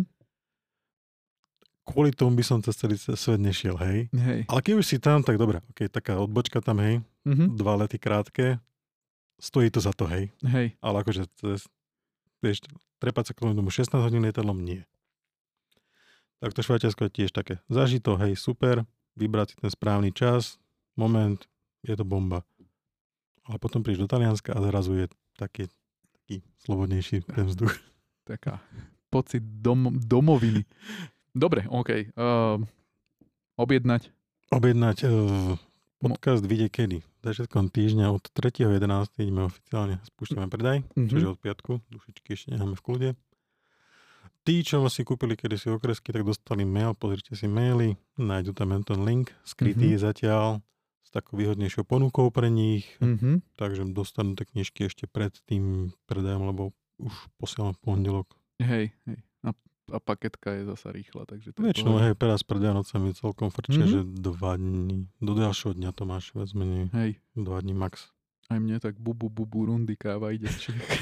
Kvôli tomu by som cez celý svet nešiel, hej.
hej.
Ale keď už si tam, tak dobré, okay, taká odbočka tam, hej, mm-hmm. dva lety krátke, stojí to za to, hej.
Hej.
Ale akože, cez, vieš, trepať sa k tomu šestnásť hodín lietadlom, nie. Tak to Švajčiarsko je tiež také. Zažiť to, hej, super, vybrať si ten správny čas, moment, je to bomba. Ale potom prídeš do Talianska a zrazu je taký, taký slobodnejší ten vzduch.
Taká pocit dom, domoviny. Dobre, OK. Uh, objednať?
Objednať. Uh, podcast vyjde kedy? Začiatkom týždňa od tretieho jedenásteho ideme oficiálne, spúšťame predaj, mm-hmm. čiže od piatku. Dušičky ešte necháme v kľude. Tí, čo si kúpili kedysi okresky, tak dostali mail, pozrite si maily, nájdu tam ten link, skrytý mm-hmm. zatiaľ, s takou výhodnejšou ponukou pre nich, mm-hmm. takže dostanú tie knižky ešte pred tým predajom, lebo už posielam v pondelok.
Hej, hej. A, a paketka je zasa rýchla, takže...
Väčšinou, hej, teraz pred Vianocami celkom frčia, mm-hmm. že dva dní, do ďalšieho dňa to máš viac menej,
hej.
dva dní max.
Aj mne tak bubu, bubu, rundy, káva ide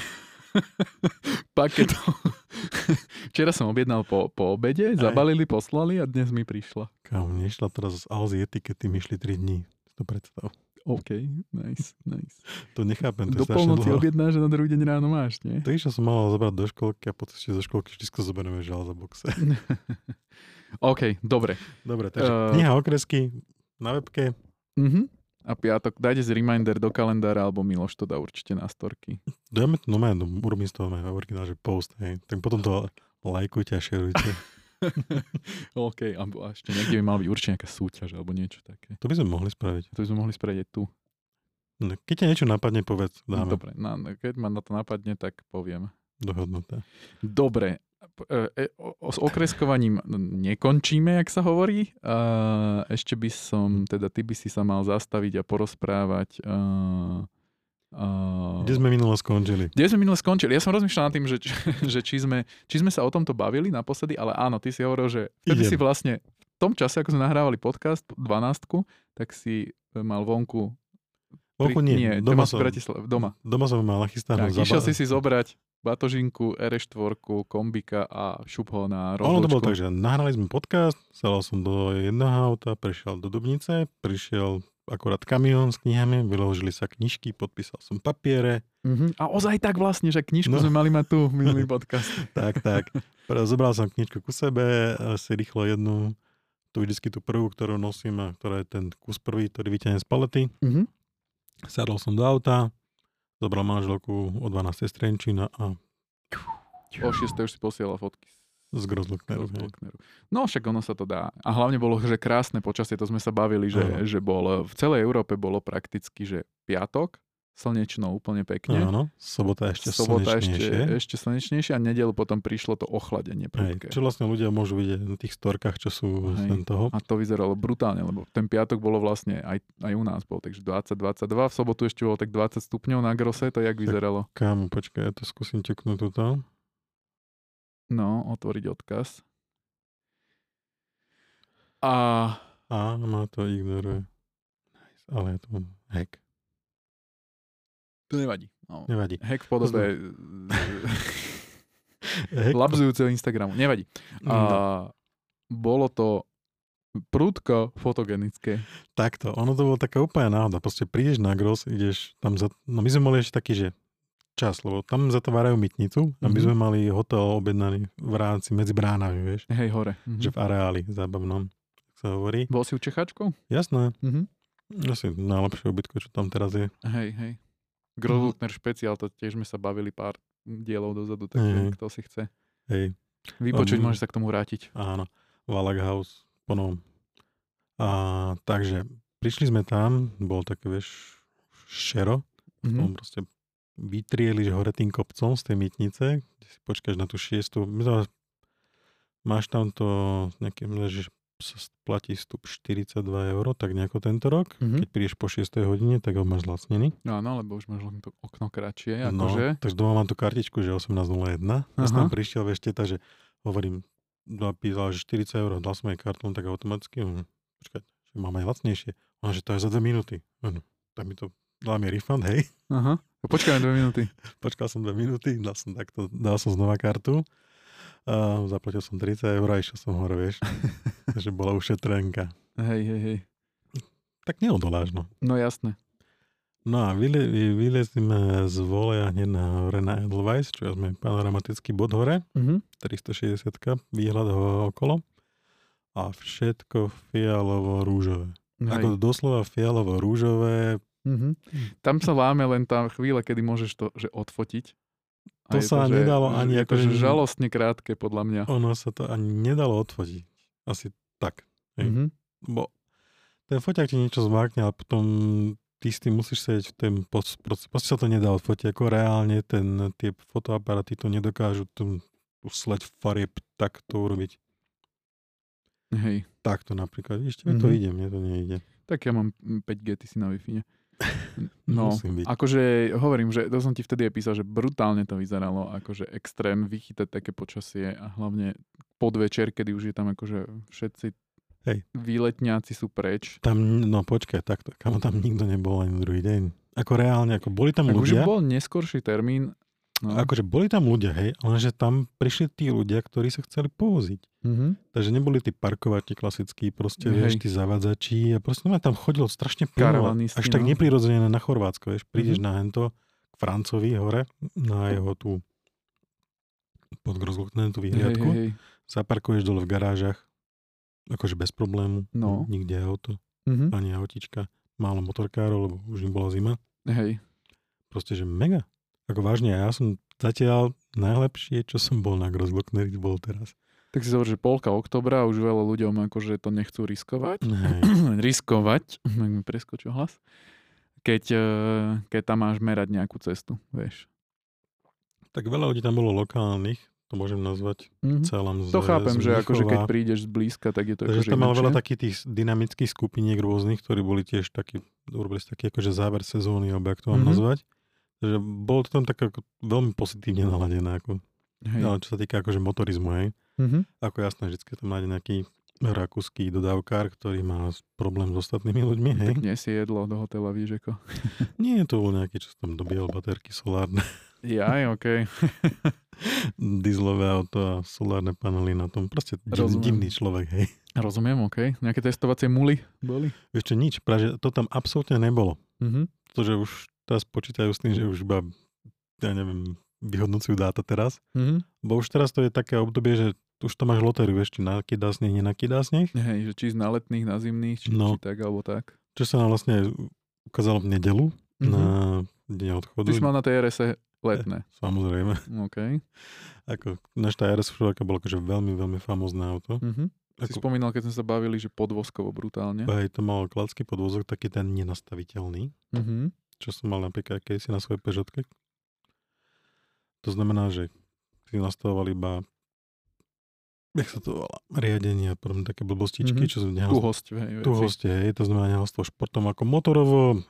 paketom. Včera som objednal po, po obede, aj. Zabalili, poslali a dnes mi prišla.
Kámo, mne išla teraz z Alzy etikety, mi išli tri dní. To predstav.
OK, nice, nice.
To nechápem. To
do polnoci objednáš a na druhý deň ráno máš, nie?
To išlo som mal zobrať do školky a po ceste zo školky vždy zoberieme žal za boxe.
OK, dobre.
Dobre, takže uh... kniha okresky na webke.
Uh-huh. A piatok, dajte si reminder do kalendára, alebo Miloš to dá určite na storky.
Dajme to, no man, urobím z toho originál, že post, hej. Tak potom to lajkujte a šerujte.
OK, a ešte niekde by mal byť určite nejaká súťaž alebo niečo také.
To by sme mohli spraviť.
To by sme mohli spraviť aj tu.
No, keď ťa niečo napadne, povedz, dáme.
Dobre, na, keď ma na to napadne, tak poviem.
Dohodnuté.
Dobre, e, e, o, s okreskovaním nekončíme, jak sa hovorí. E, ešte by som, teda ty by si sa mal zastaviť a porozprávať... E,
Uh, kde sme minule skončili?
Kde sme minule skončili? Ja som rozmýšľal nad tým, že, že či, sme, či sme sa o tomto bavili naposledy, ale áno, ty si hovoril, že vtedy si vlastne v tom čase, ako sme nahrávali podcast dvanástku, tak si mal vonku...
Vonku nie,
nie
doma som,
Bratislav, doma.
Doma som mal nachystanú.
Tak, išiel si si zobrať batožinku, er es štyri, kombika a šup ho na rozločku.
Ono to bolo tak, že nahrali sme podcast, sadal som do jedného auta, prešiel do Dubnice, prišiel akorát kamión s knihami, vyložili sa knižky, podpísal som papiere.
Uh-huh. A ozaj tak vlastne, že knižku no. sme mali mať tu, minulý podcast.
tak, tak. Zobral som knižku ku sebe, si rýchlo jednu, tu vždycky tú prvú, ktorú nosím, a ktorá je ten kus prvý, ktorý vyťahnem z palety. Uh-huh. Sadol som do auta, zobral manželku o dvanástej z Trenčína a...
O šiestej už si posielal fotky.
Z Grossglockneru.
No však ono sa to dá. A hlavne bolo, že krásne počasie, to sme sa bavili, že, že bol, v celej Európe bolo prakticky, že piatok, slnečno úplne pekne.
Áno, sobota ešte
sobota
slnečnejšie.
Ešte, ešte slnečnejšie a nedeľu potom prišlo to ochladenie.
Hej, čo vlastne ľudia môžu vidieť na tých storkách, čo sú z toho.
A to vyzeralo brutálne, lebo ten piatok bolo vlastne aj, aj u nás bol, takže dvadsať dvadsaťdva, v sobotu ešte bolo tak dvadsať stupňov na Grosse, to jak vyzeralo?
Kámo, počkaj, ja to skúsim čeknúť túto.
No, otvoriť odkaz. A...
A má to ignoruje. Nice, ale je to hack.
To nevadí. No.
Nevadí.
Hack v podobe labzujúceho Instagramu. Nevadí. A bolo to prudko fotogenické.
Takto. Ono to bolo taká úplná náhoda. Proste prídeš na Gross, ideš tam za... No my sme mali ešte taký, že čas, lebo tam zatvárajú mytnicu, aby mm-hmm. sme mali hotel objednaný v rámci medzi bránami, vieš.
Hej, hore. Mm-hmm.
Že v areáli zábavnom, tak sa hovorí.
Bol si u Čecháčkov?
Jasné.
Mm-hmm.
Asi najlepšie ubytko, čo tam teraz je.
Hej, hej. Grossglockner mm-hmm. špeciál, to tiež sme sa bavili pár dielov dozadu, takže kto si chce.
Hej.
Vypočuť,
um,
môže sa k tomu vrátiť.
Áno. Wallach House, ponom. A takže prišli sme tam, bol také, vieš, šero, mm-hmm. potom proste vytrieliš hore tým kopcom z tej mytnice, kde si počkáš na tú šiestu. Máš tam to nejaké, že sa platí vstup štyridsaťdva eur, tak nejako tento rok. Mm-hmm. Keď prídeš po šiestej hodine, tak ho máš zlacnený.
No áno, lebo už máš to okno kratšie.
No,
akože.
Takže doma mám tú kartičku, že osemnásť nula jeden. Ja som tam prišiel, vieš, teta, že hovorím, napísala, že štyridsať eur, dal som jej kartón, tak automaticky, počkať, že mám aj lacnejšie. Ona, že to je za dve minúty. No, tak mi to dala mi refund, hej.
Aha. Počkajme dve minúty.
Počkal som dve minúty, dal som takto, dal som znova kartu. Uh, zaplatil som tridsať eur a išiel som hore, vieš. Takže bola ušetrenka.
Hej, hej, hej.
Tak neodoláš, no.
No jasné.
No a vyle, vylezíme z Voleja hneď na hore na Edelweiss, čo sme panoramatický bod hore. Mm-hmm. tristošesťdesiat výhľad ho okolo. A všetko fialovo-rúžové. Ako doslova fialovo-rúžové.
Mm-hmm. Tam sa láme len tá chvíľa, kedy môžeš to že odfotiť.
To sa to, nedalo že, ani...
Je to, že žalostne krátke, podľa mňa.
Ono sa to ani nedalo odfotiť. Asi tak. Mm-hmm. Bo ten foťák ti niečo zmákne, ale potom ty s tým musíš sedieť v ten proste sa to nedá odfotiť. Ako reálne ten, tie fotoaparáty to nedokážu tú sleď farieb takto urobiť.
Hej.
Takto napríklad. Ešte mi mm-hmm. to ide, mne to nejde.
Tak ja mám päť G, ty si na Wi-Fi. No, akože hovorím, že to som ti vtedy písal, že brutálne to vyzeralo, akože extrém, vychytať také počasie a hlavne podvečer, kedy už je tam akože všetci Hej. výletňáci sú preč.
Tam, no počkaj, takto, kamo tam nikto nebol ani druhý deň. Ako reálne, ako boli tam tak ľudia.
Už bol neskorší termín.
No. Akože boli tam ľudia, hej, ale že tam prišli tí ľudia, ktorí sa chceli povoziť. Mm-hmm. Takže neboli tí parkovači klasickí, proste, hej. vieš, tí zavadzači a proste no, tam chodilo strašne plynulo. Až tak no. neprirodzené na Chorvátsko, vieš, prídeš mm-hmm. na hento k Francovi hore, na jeho tú pod Grozloknen, tú vyhliadku, hej, hej, hej. zaparkuješ dole v garážach, akože bez problému, no. nikde auto, mm-hmm. ani autička, málo motorkárov, lebo už im bola zima.
Hej.
Proste, že mega. Ako vážne, ja som zatiaľ najlepšie, čo som bol na Grozlokneri, bol teraz.
Tak si zober, že polka októbra už veľa ľuďom akože to nechcú riskovať. riskovať, ak mi preskočil hlas. Keď, keď tam máš merať nejakú cestu, vieš.
Tak veľa ľudí tam bolo lokálnych, to môžem nazvať mm-hmm. celom z
To chápem, z že akože keď prídeš zblízka, tak je to
Takže
akože
tam mal veľa takých tých dynamických skupiniek rôznych, ktorí boli tiež takí, urobili taký akože záver sezóny, alebo jak to mám mm-hmm. nazvať. Takže bolo to tam tak ako veľmi pozitívne naladené, ako, ale čo sa týka akože motorizmu, hej. Mm-hmm. Ako jasné, vždycky tam nájde nejaký rakúsky dodávkár, ktorý má problém s ostatnými ľuďmi, hej.
Tak nesie jedlo do hotela, víš, ako.
Nie, to bol nejaký, čo tam dobíjal baterky solárne.
Jaj, okej. Okay.
Dieselové auto a solárne panely na tom. Proste div, divný človek, hej.
Rozumiem, okej. Okay. Nejaké testovacie muly boli?
Vieš čo, nič, práve to tam absolútne nebolo. Mm-hmm. To, že už teraz počítajú s tým, že už iba, ja neviem, vyhodnocujú dáta teraz. Mm-hmm. Bo už teraz to je také obdobie, že už to máš lotériu, vieš, či nakydá sneh, nenakydá sneh.
Hej, že či z náletných na zimných, či, no. či tak, alebo tak.
Čo sa nám vlastne ukázalo v nedelu mm-hmm. na deň odchodu.
Ty si mal na tej er es e letné.
Eh, samozrejme.
OK.
Ako, náš tá er es bola akože veľmi, veľmi famózne auto.
Mm-hmm. Ako, si spomínal, keď sme sa bavili, že podvozkovo brutálne.
Hej, to mal klacký podvozok, taký ten nenastaviteľný. Mm-hmm. Čo som mal napríklad kedysi na svojej Peugeotke. To znamená, že si nastavoval iba jak sa to volá, riadenie a potom také blbostičky, mm-hmm. čo sú nehal...
Tuhosť, hej.
Tuhosť, hej, to znamená nehalstvo športom ako motorovo.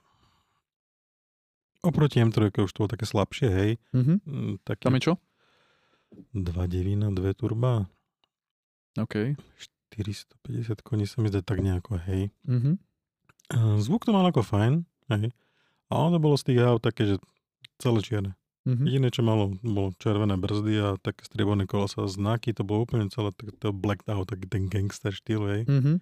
Oproti em tri už to bolo také slabšie, hej.
Mm-hmm. Také... Tam je čo?
dva devín, dve turba.
OK.
štyristopäťdesiat koní sa mi zdá tak nejako, hej.
Mm-hmm.
Zvuk to mal ako fajn, hej. A ono bolo z tých aut také, že celé čierne. Mm-hmm. Jediné, čo malo, bolo červené brzdy a také strieborné kolesa, znaky, to bolo úplne celé to blacked out, taký ten gangster štýl, hej. Mm-hmm.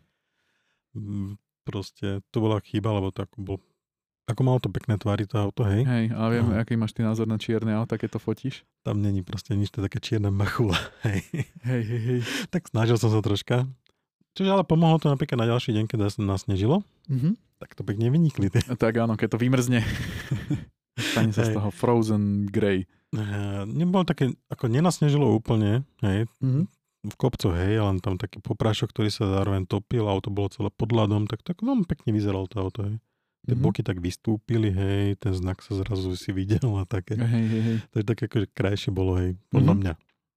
Proste, to bola chyba, lebo to ako bol, ako malo to pekné tvary to auto, hej.
Hej, ale viem, no. Aký máš ty názor na čierne auto, keď to fotíš?
Tam není proste nič, to je také čierne machula, hej.
Hej, hej, hej.
Tak snažil som sa troška. Čože ale pomohlo to napríklad na ďalší deň, keď sa nasnežilo. Mm-hmm. Tak to pekne vynikli.
Tak áno, keď to vymrzne. Stane sa z toho frozen grey.
Uh, nebolo také, ako nenasnežilo úplne, hej, mm-hmm. v kopcu, hej, len tam taký poprášok, ktorý sa zároveň topil, auto bolo celé pod ľadom, tak, tak veľmi pekne vyzeralo to auto, hej. Tie mm-hmm. boky tak vystúpili, hej, ten znak sa zrazu si videl a také.
Hej, hej, hej.
Takže také akože krajšie bolo, hej, podľa mm-hmm. mňa.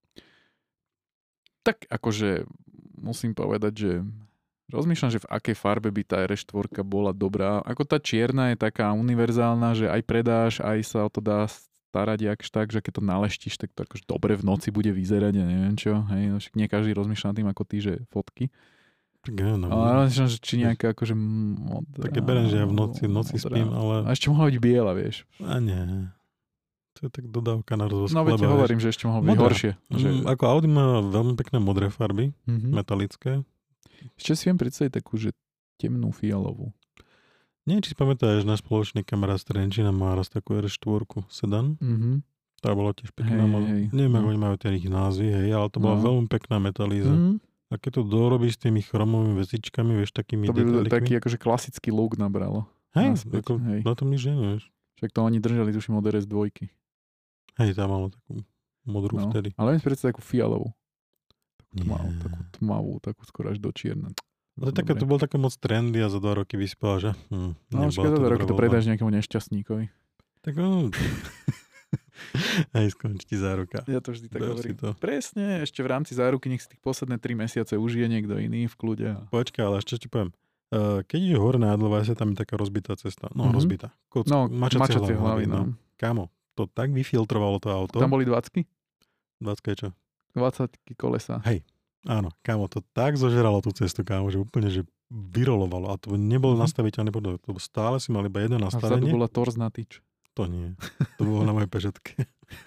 Tak akože musím povedať, že rozmýšľam, že v akej farbe by tá er es štyri bola dobrá. Ako tá čierna je taká univerzálna, že aj predáš, aj sa o to dá starať jakž tak, že keď to naleštíš, tak to akože dobre v noci bude vyzerať, ja neviem čo. Hej, no však nie každý rozmýšľa nad tým ako ty, že fotky.
Tak ja, no,
ale rozmýšľam, že či nejaká akože modrá.
Také berem, že ja v noci, noci spím, ale...
A ešte mohla byť biela, vieš.
A nie. To je tak dodávka na rozvoz
no,
chleba. No
veď hovorím, že ešte mohlo byť
modrá.
horšie. Že...
Mm, ako Audi má veľmi pekné modré farby, mm-hmm. metalické.
Ešte si viem predstaviť takú, že temnú fialovú.
Nie, či si pamätáš, náš spoločný kamarát z Trenčína má raz takú er es štyri sedan. Mm-hmm. Tá bola tiež pekná. Hej, hej. Neviem, ako oni majú tie ich názvy, hej, ale to bola no. veľmi pekná metalíza. Mm-hmm. A keď to dorobíš s tými chromovými vecičkami, vieš, takými
to by bol taký akože klasický look nabralo.
Hej, ako, hej. Na tom nič nevieš.
Však to oni držali, tuším, od er es dva.
Hej, tá malo takú modrú no. vtedy.
Ale viem si predstaviť takú fialovú. Tmavú, takú tmavú, takú skoro až do čierne.
To, také, to bol také moc trendy a za dva roky vyspala, že? Hm,
no, už za dva roky to predáš nejakému nešťastníkovi.
Tak no... Aj skončí ti záruka.
Ja to vždy tak hovorím. To. Presne, ešte v rámci záruky nech si tých posledné tri mesiace užije niekto iný v kľude. A...
Počkaj, ale ešte ti poviem. Uh, keď je hore na Adlovajse, tam je taká rozbitá cesta. No, mm-hmm. rozbitá. Kock,
no, mačacie hlavy. hlavy no.
Kámo, to tak vyfiltrovalo to auto.
Tam boli dvadsky?
dvadsky je čo?
dvadsať kolesa.
Hej. Áno, kámo, to tak zožeralo tú cestu, kámo, že úplne, že vyrolovalo. A to nebolo mm-hmm. nastaviteľné, to stále si mal iba jedno nastavenie.
A vzadu bola torz na tyč.
To nie. To bolo na mojej pešetke.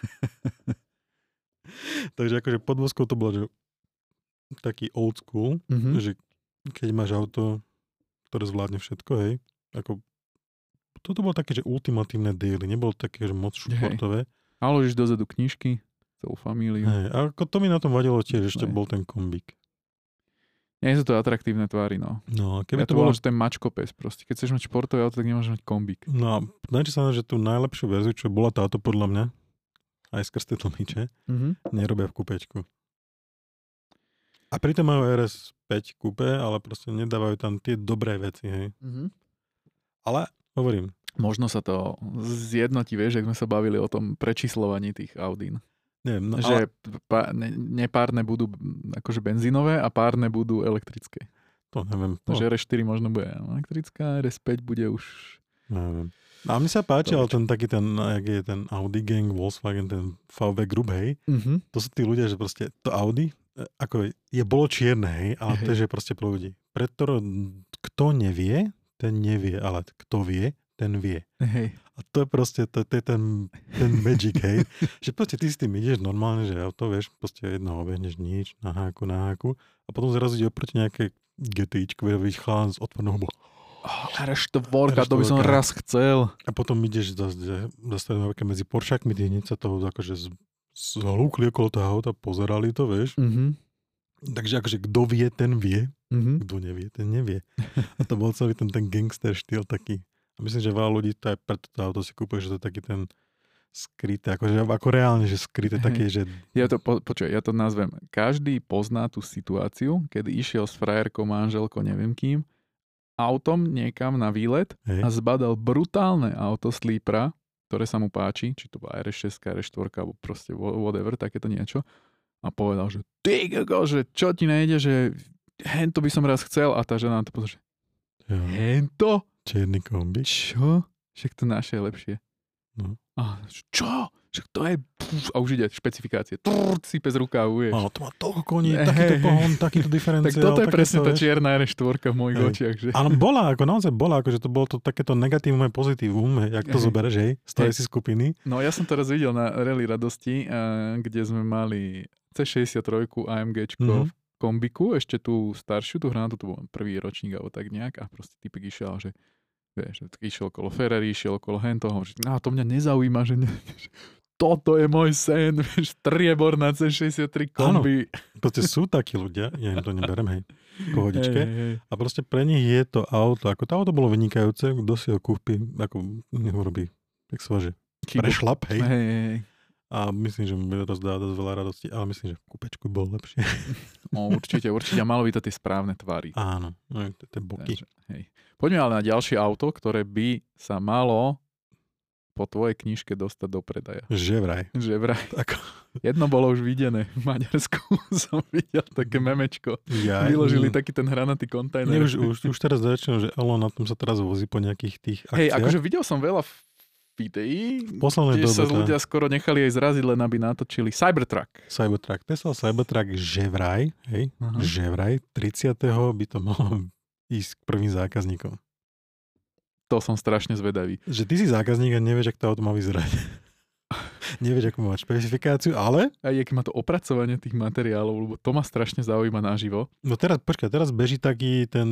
Takže akože podvozkou to bolo, že taký old school, mm-hmm. že keď máš auto, ktoré zvládne všetko, hej, ako toto bolo také, že ultimatívne daily, nebolo také, že moc športové.
A ložíš dozadu knižky, celú familiu.
Hej, a ako to mi na tom vadilo tiež, ešte bol ten kombík.
Nie sú to atraktívne tvary, no.
No,
keby ja to bolo, že ten mačkopes proste. Keď chceš mať športové auto, tak nemôžeš mať kombík.
No a dajte sa na, že tú najlepšiu verziu, čo bola táto podľa mňa, aj skrz tie tlmiče, mm-hmm. nerobia v kúpečku. A pritom majú er es päť kúpe, ale proste nedávajú tam tie dobré veci, hej. Mm-hmm. Ale hovorím.
Možno sa to zjednotí, vieš, ak sme sa bavili o tom prečíslovaní tých Audín.
Neviem, no,
že
ale...
pá, ne, nepárne budú akože benzínové a párne budú elektrické.
To neviem.
Takže er es štyri možno bude elektrická, er es päť bude už...
Neviem. A mne sa páči, ale ten taký ten, jak je ten Audi gang, Volkswagen, ten vé vé Group, hej. Mm-hmm. To sú tí ľudia, že proste to Audi, ako je bolo čierne, hej, ale to je proste pro ľudí. Preto kto nevie, ten nevie, ale kto vie, ten vie.
Hej.
A to je proste, to, to je ten, ten magic, hej. Že proste ty s tým ideš normálne, že auto, vieš, proste jedno obehneš nič, na háku, na háku a potom zrazu ide oproti nejaké GTIčko, vidíš chalán s otvornou hubou.
Oh, er es štyri, to by som raz chcel.
A potom ideš zastavené medzi Poršakmi, ty hneď sa toho akože zhlúkli okolo toho auta, pozerali to, vieš. Mm-hmm. Takže akože kto vie, ten vie. Mm-hmm. Kto nevie, ten nevie. A to bol celý ten, ten gangster štýl taký. A myslím, že veľa ľudí to aj preto to auto si kúpuje, že to je taký ten skryté, akože ako reálne, že skryté také, že...
Ja to, po, počuj, ja to nazvem. Každý pozná tú situáciu, kedy išiel s frajerkou, manželkou, neviem kým, autom niekam na výlet Hej. a zbadal brutálne auto slípra, ktoré sa mu páči, či to bola er es šesť, er es štyri, alebo proste whatever, takéto niečo. A povedal, že ty koko, že čo ti nejde, že hento by som raz chcel. A tá žena na to povedal, že ja. hento?
Čierny kombi.
Čo? Však to naše je lepšie.
No.
A čo? Však to je... A už ide špecifikácie. Trrr, sype z rukávu, vieš.
Áno, to má toľko koní, takýto pohon, takýto diferenciál.
Tak toto je presne tá čierna er es štyri v mojich očiach. Že...
Áno, bola, ako naozaj bola, akože to bolo to takéto negatívum aj pozitívum, jak to zobereš, hej, z tej si skupiny.
No ja som to raz videl na Rally radosti, kde sme mali cé šesťdesiattri AMGčko mm-hmm. v kombiku, ešte tú staršiu, tú hranatu, to bol prvý ročník alebo tak nejak a proste typek išiel, že vieš, išiel okolo Ferrari, išiel okolo hentoho, že no, to mňa nezaujíma, že ne, toto je môj sen, vieš, Triebor na cé šesťdesiattri kombi.
Áno, proste sú takí ľudia, ja im to neberem, hej, pohodičke. Hej, hej. A proste pre nich je to auto, ako to auto bolo vynikajúce, kto si ho kúpi, ako neurobí, tak sa že prešlap, hej.
hej, hej.
A myslím, že mi rozdáva dosť veľa radosti, ale myslím, že v kúpečku bolo lepšie.
No, určite, určite. A malo by to tie správne tvary.
Áno, no, tie boky.
Takže, hej. Poďme ale na ďalšie auto, ktoré by sa malo po tvojej knižke dostať do predaja.
Že vraj.
Že vraj.
Tak.
Jedno bolo už videné. V Maďarsku som videl také memečko. Ja, Vyložili mm. taký ten hranatý kontajner.
Nie, už, už, už teraz začnem, že Elon na tom sa teraz vozí po nejakých tých akciách.
Hej, akože videl som veľa videí,
kde
sa ľudia skoro nechali aj zraziť, len aby natočili Cybertruck.
Cybertruck. Tesla Cybertruck že vraj, hej, uh-huh. že vraj, tridsiateho by to malo ísť k prvým zákazníkom.
To som strašne zvedavý.
Že ty si zákazník a nevieš, ako to auto má vyzerať. Nevieš, ako má mať špecifikáciu, ale...
A aké má to opracovanie tých materiálov, lebo to ma strašne zaujíma naživo.
No teraz, počkaj, teraz beží taký ten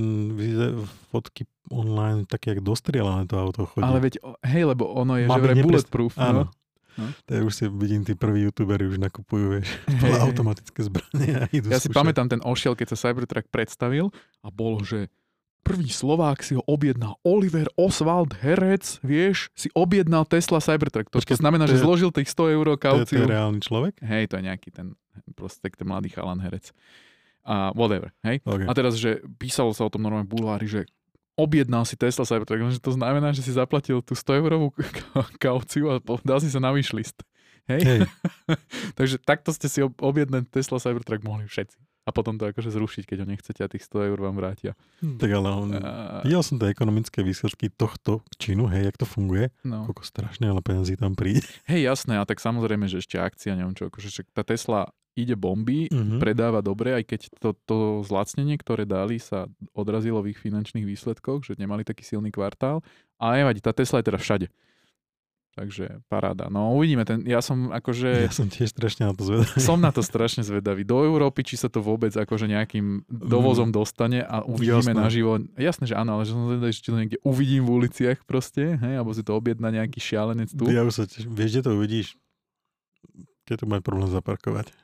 fotky online, také, jak dostrielané to auto chodí.
Ale veď, hej, lebo ono je, má že vraj bulletproof.
Áno. No? To je, už si vidím, tí prví youtuberi už nakupujú, vieš, hey, automatické zbranie a idú
Ja
skúšať.
si pamätám ten ošiel, keď sa Cybertruck predstavil a bolo, že prvý Slovák si ho objednal. Oliver Oswald Herec, vieš, si objednal Tesla Cybertruck. To, Počkej, to znamená, to je, že zložil tých sto eur kauciu.
To je, to je reálny človek?
Hej, to je nejaký ten proste ten mladý chalan Herec. A uh, whatever, hej.
Okay.
A teraz, že písalo sa o tom normálne bulvári, že objednal si Tesla Cybertruck, že to znamená, že si zaplatil tú sto eurovú kauciu a dal si sa na wishlist. Hej? Hej. Takže takto ste si objednať Tesla Cybertruck mohli všetci. A potom to akože zrušiť, keď ho nechcete a tých sto eur vám vrátia.
Tak ale on, a... videl som tie ekonomické výsledky tohto činu, hej, jak to funguje.
No.
Koľko strašne ale peniazí tam príde.
Hej, jasné, a tak samozrejme, že ešte akcia, neviem čo, akože tá Tesla ide bomby, uh-huh. predáva dobre, aj keď to, to zlacnenie, ktoré dali, sa odrazilo v ich finančných výsledkoch, že nemali taký silný kvartál. A nevadí, tá Tesla je teda všade. Takže paráda. No uvidíme. Ten, ja som akože...
Ja som tiež strašne na to zvedavý.
Som na to strašne zvedavý. Do Európy, či sa to vôbec akože nejakým dovozom dostane a uvidíme
Jasné.
naživo. Jasné, že áno, ale že som zvedavý, či to niekde uvidím v uliciach proste, hej, alebo si to objedná nejaký šialenec tu.
Ja už sa tiež... Vieš, kde to uvidíš? Keď to máš problém zaparkovať.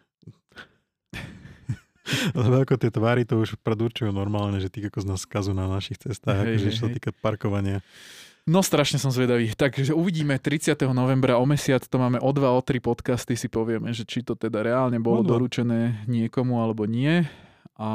Lebo ako tie tvary to už predurčujú normálne, že ty ako z nás skazu na našich cestách,
Hej,
akože
hej,
čo sa týka parkovania.
No strašne som zvedavý. Takže uvidíme tridsiateho novembra o mesiac, to máme o dva, o tri podcasty, si povieme, že či to teda reálne bolo
No,
doručené niekomu alebo nie. A,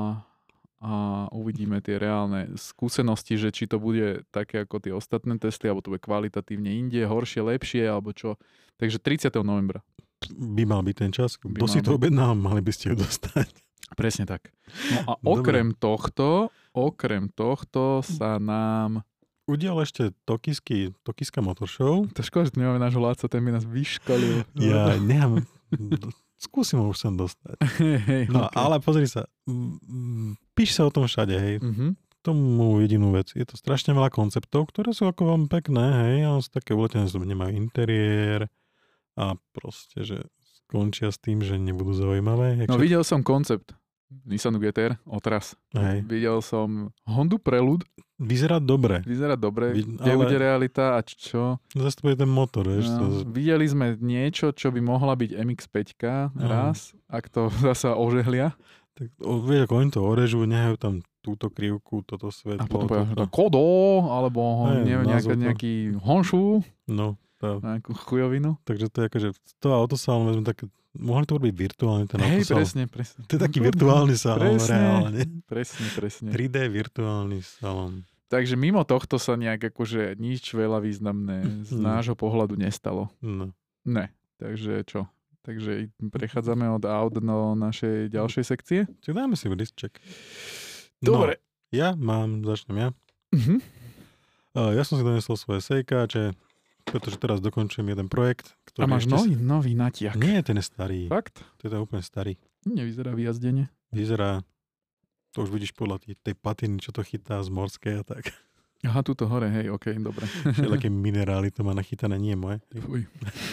a uvidíme tie reálne skúsenosti, že či to bude také ako tie ostatné testy, alebo to bude kvalitatívne inde, horšie, lepšie, alebo čo. Takže tridsiateho novembra.
By mal byť ten čas.
By
Kto si
mal
to
byť.
objednal, mali by ste ju dostať.
Presne tak. No a
Dobre.
okrem tohto, okrem tohto sa nám...
Udial ešte Tokijský, Tokijská motor show.
To škoda, že tu nemáme nášho Láca, ten by nás vyškolil.
Ja nechám... Skúsim ho už sem dostať.
Hej,
No,
okay.
ale pozri sa. mm, Píš sa o tom všade, hej.
Mhm.
Tomu jedinú vec. Je to strašne veľa konceptov, ktoré sú ako veľmi pekné, hej. Ale sú také uletené, že nemajú interiér a proste, že skončia s tým, že nebudú zaujímavé. Jak
No
sa-
videl som koncept Nissanu gé té er, otras.
Hej.
Videl som Hondu Prelude,
Vyzerá dobre.
vyzerá dobre,
Vid-
kde
ale-
bude realita a čo.
Zase to bude ten motor, vieš.
No,
To...
videli sme niečo, čo by mohla byť em iks päť raz, ak to zasa ožehlia.
Tak, o, vieš, ako oni to orežú, nehajú tam túto krivku, toto
A
svetlo.
potom povedal, že to
toto.
Kodo, alebo
Hej,
neviem, nejaká,
názov to.
nejaký Honshu,
No, tá,
nejakú chujovinu.
takže to je akože z toho autosalónu sme také, mohli to robiť virtuálne ten
Hej,
autosalón.
presne, presne.
To je taký virtuálny salón,
Presne.
reálne.
Presne, presne.
tri dé virtuálny salón.
Takže mimo tohto sa nejak akože nič veľa významné z
Mm.
nášho pohľadu nestalo.
No.
Ne. Takže čo? Takže prechádzame od aut do našej ďalšej sekcie?
Čiže dáme si listček.
Dobre.
No, ja mám, začnem ja.
Mhm.
Uh, ja som si donesol svoje sejkáče, pretože teraz dokončujem jeden projekt, ktorý
A máš
ešte...
nový, nový natiak.
Nie, ten je starý.
Fakt?
To je ten úplne starý.
Nevyzerá vyjazdenie.
Vyzerá, to už vidíš podľa tej, tej patiny, čo to chytá z morskej a tak.
Aha, tuto hore, hej, okej, okay, dobre.
Všelijaké minerály to má nachytané, nie moje.
Fuj.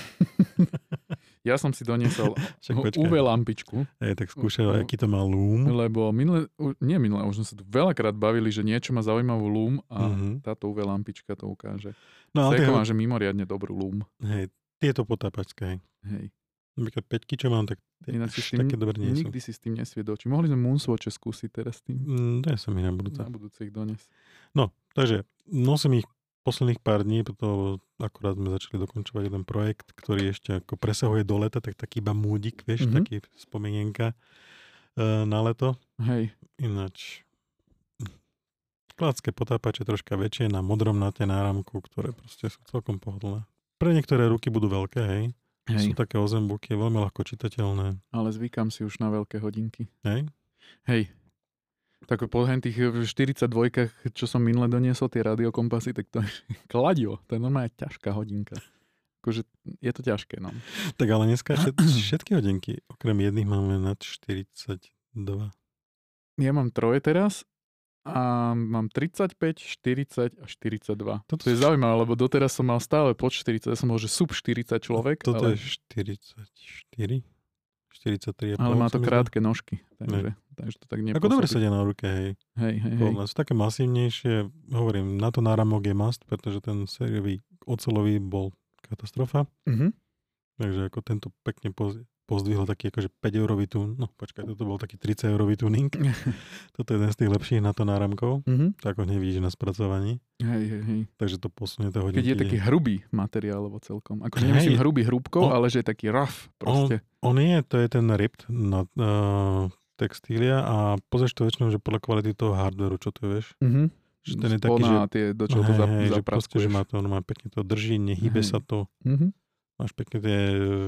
Ja som si doniesol
Však
ú
počkaj.
vé lampičku,
Hej, tak skúšaj,
U-
aký to má lúm.
lebo minule, u- nie minule, už sme sa tu veľakrát bavili, že niečo má zaujímavú lúm a
Mhm.
táto ú vé lampička to ukáže.
No ale
Sejko má,
tie,
že mimoriadne dobrú lúm.
hej, tieto potápačské, hej.
Hej.
Napríklad peťky, čo mám, tak tie
Ináč si s
až
tým,
také dobré nie sú.
nikdy si s tým nesviedočí. Mohli sme Moonswatche skúsiť teraz s tým.
Mm, daj som ich na budúce.
Na budúce ich dones.
No, takže nosím ich posledných pár dní, preto akurát sme začali dokončovať jeden projekt, ktorý ešte ako presahuje do leta, tak taký iba múdik, vieš,
Mhm.
taký spomienka e, na leto.
Hej.
Ináč klasické potápače troška väčšie na modrom na náramku, ktoré proste sú celkom pohodlné. Pre niektoré ruky budú veľké, hej. Sú
Hej.
také ozembuky, veľmi ľahko čitateľné.
Ale zvykam si už na veľké hodinky.
Hej.
Hej. Tak po hen tých štyridsaťdvojkách, čo som minule doniesol, tie radiokompasy, tak to je kladio. To je normálne ťažká hodinka. Akože je to ťažké, no.
Tak ale dneska všet, všetky hodinky, okrem jedných máme nad štyridsaťdva.
Ja mám troje teraz a mám tridsaťpäť, štyridsať a štyridsaťdva.
Toto
To je
sú-
zaujímavé, lebo doteraz som mal stále pod štyridsať. Ja som bol, že sub štyridsať človek,
Toto
ale,
je štyridsaťštyri? štyridsaťtri a
ale
pol,
má to
sa mi zdá.
krátke nožky. Takže, takže to tak nepôsobí.
Ako dobre sedia na ruke, hej.
Hej, hej, hej.
Pohodlné. Sú také masívnejšie, hovorím, na to náramok je must, pretože ten sériový oceľový bol katastrofa.
Mhm.
Takže ako tento pekne poz, pozdvihol taký akože päť eurový tún. No počkaj, toto bol taký tridsať eurový tuning. Toto je jeden z tých lepších na to náramkov.
Mhm.
Tak ho nevidíš na spracovaní.
Hej, hej, hej.
Takže to posunie to
Keď
hodinky.
je taký hrubý materiál, alebo celkom. Ako
Hej.
nemyslím hrubý hrúbkou,
On-
ale že je taký rough proste.
On je, to je ten ripped na uh, textília a pozrieš to väčšinou, že podľa kvality toho hardwareu, čo to vieš.
Mhm.
Že ten je taký, že,
Sponá tie, do čoho to
hej,
zap,
hej, že proste, že
zapraskuješ.
má to, on má pekne to drží, nehybe
Hej.
sa to.
Mhm.
Máš pekne tie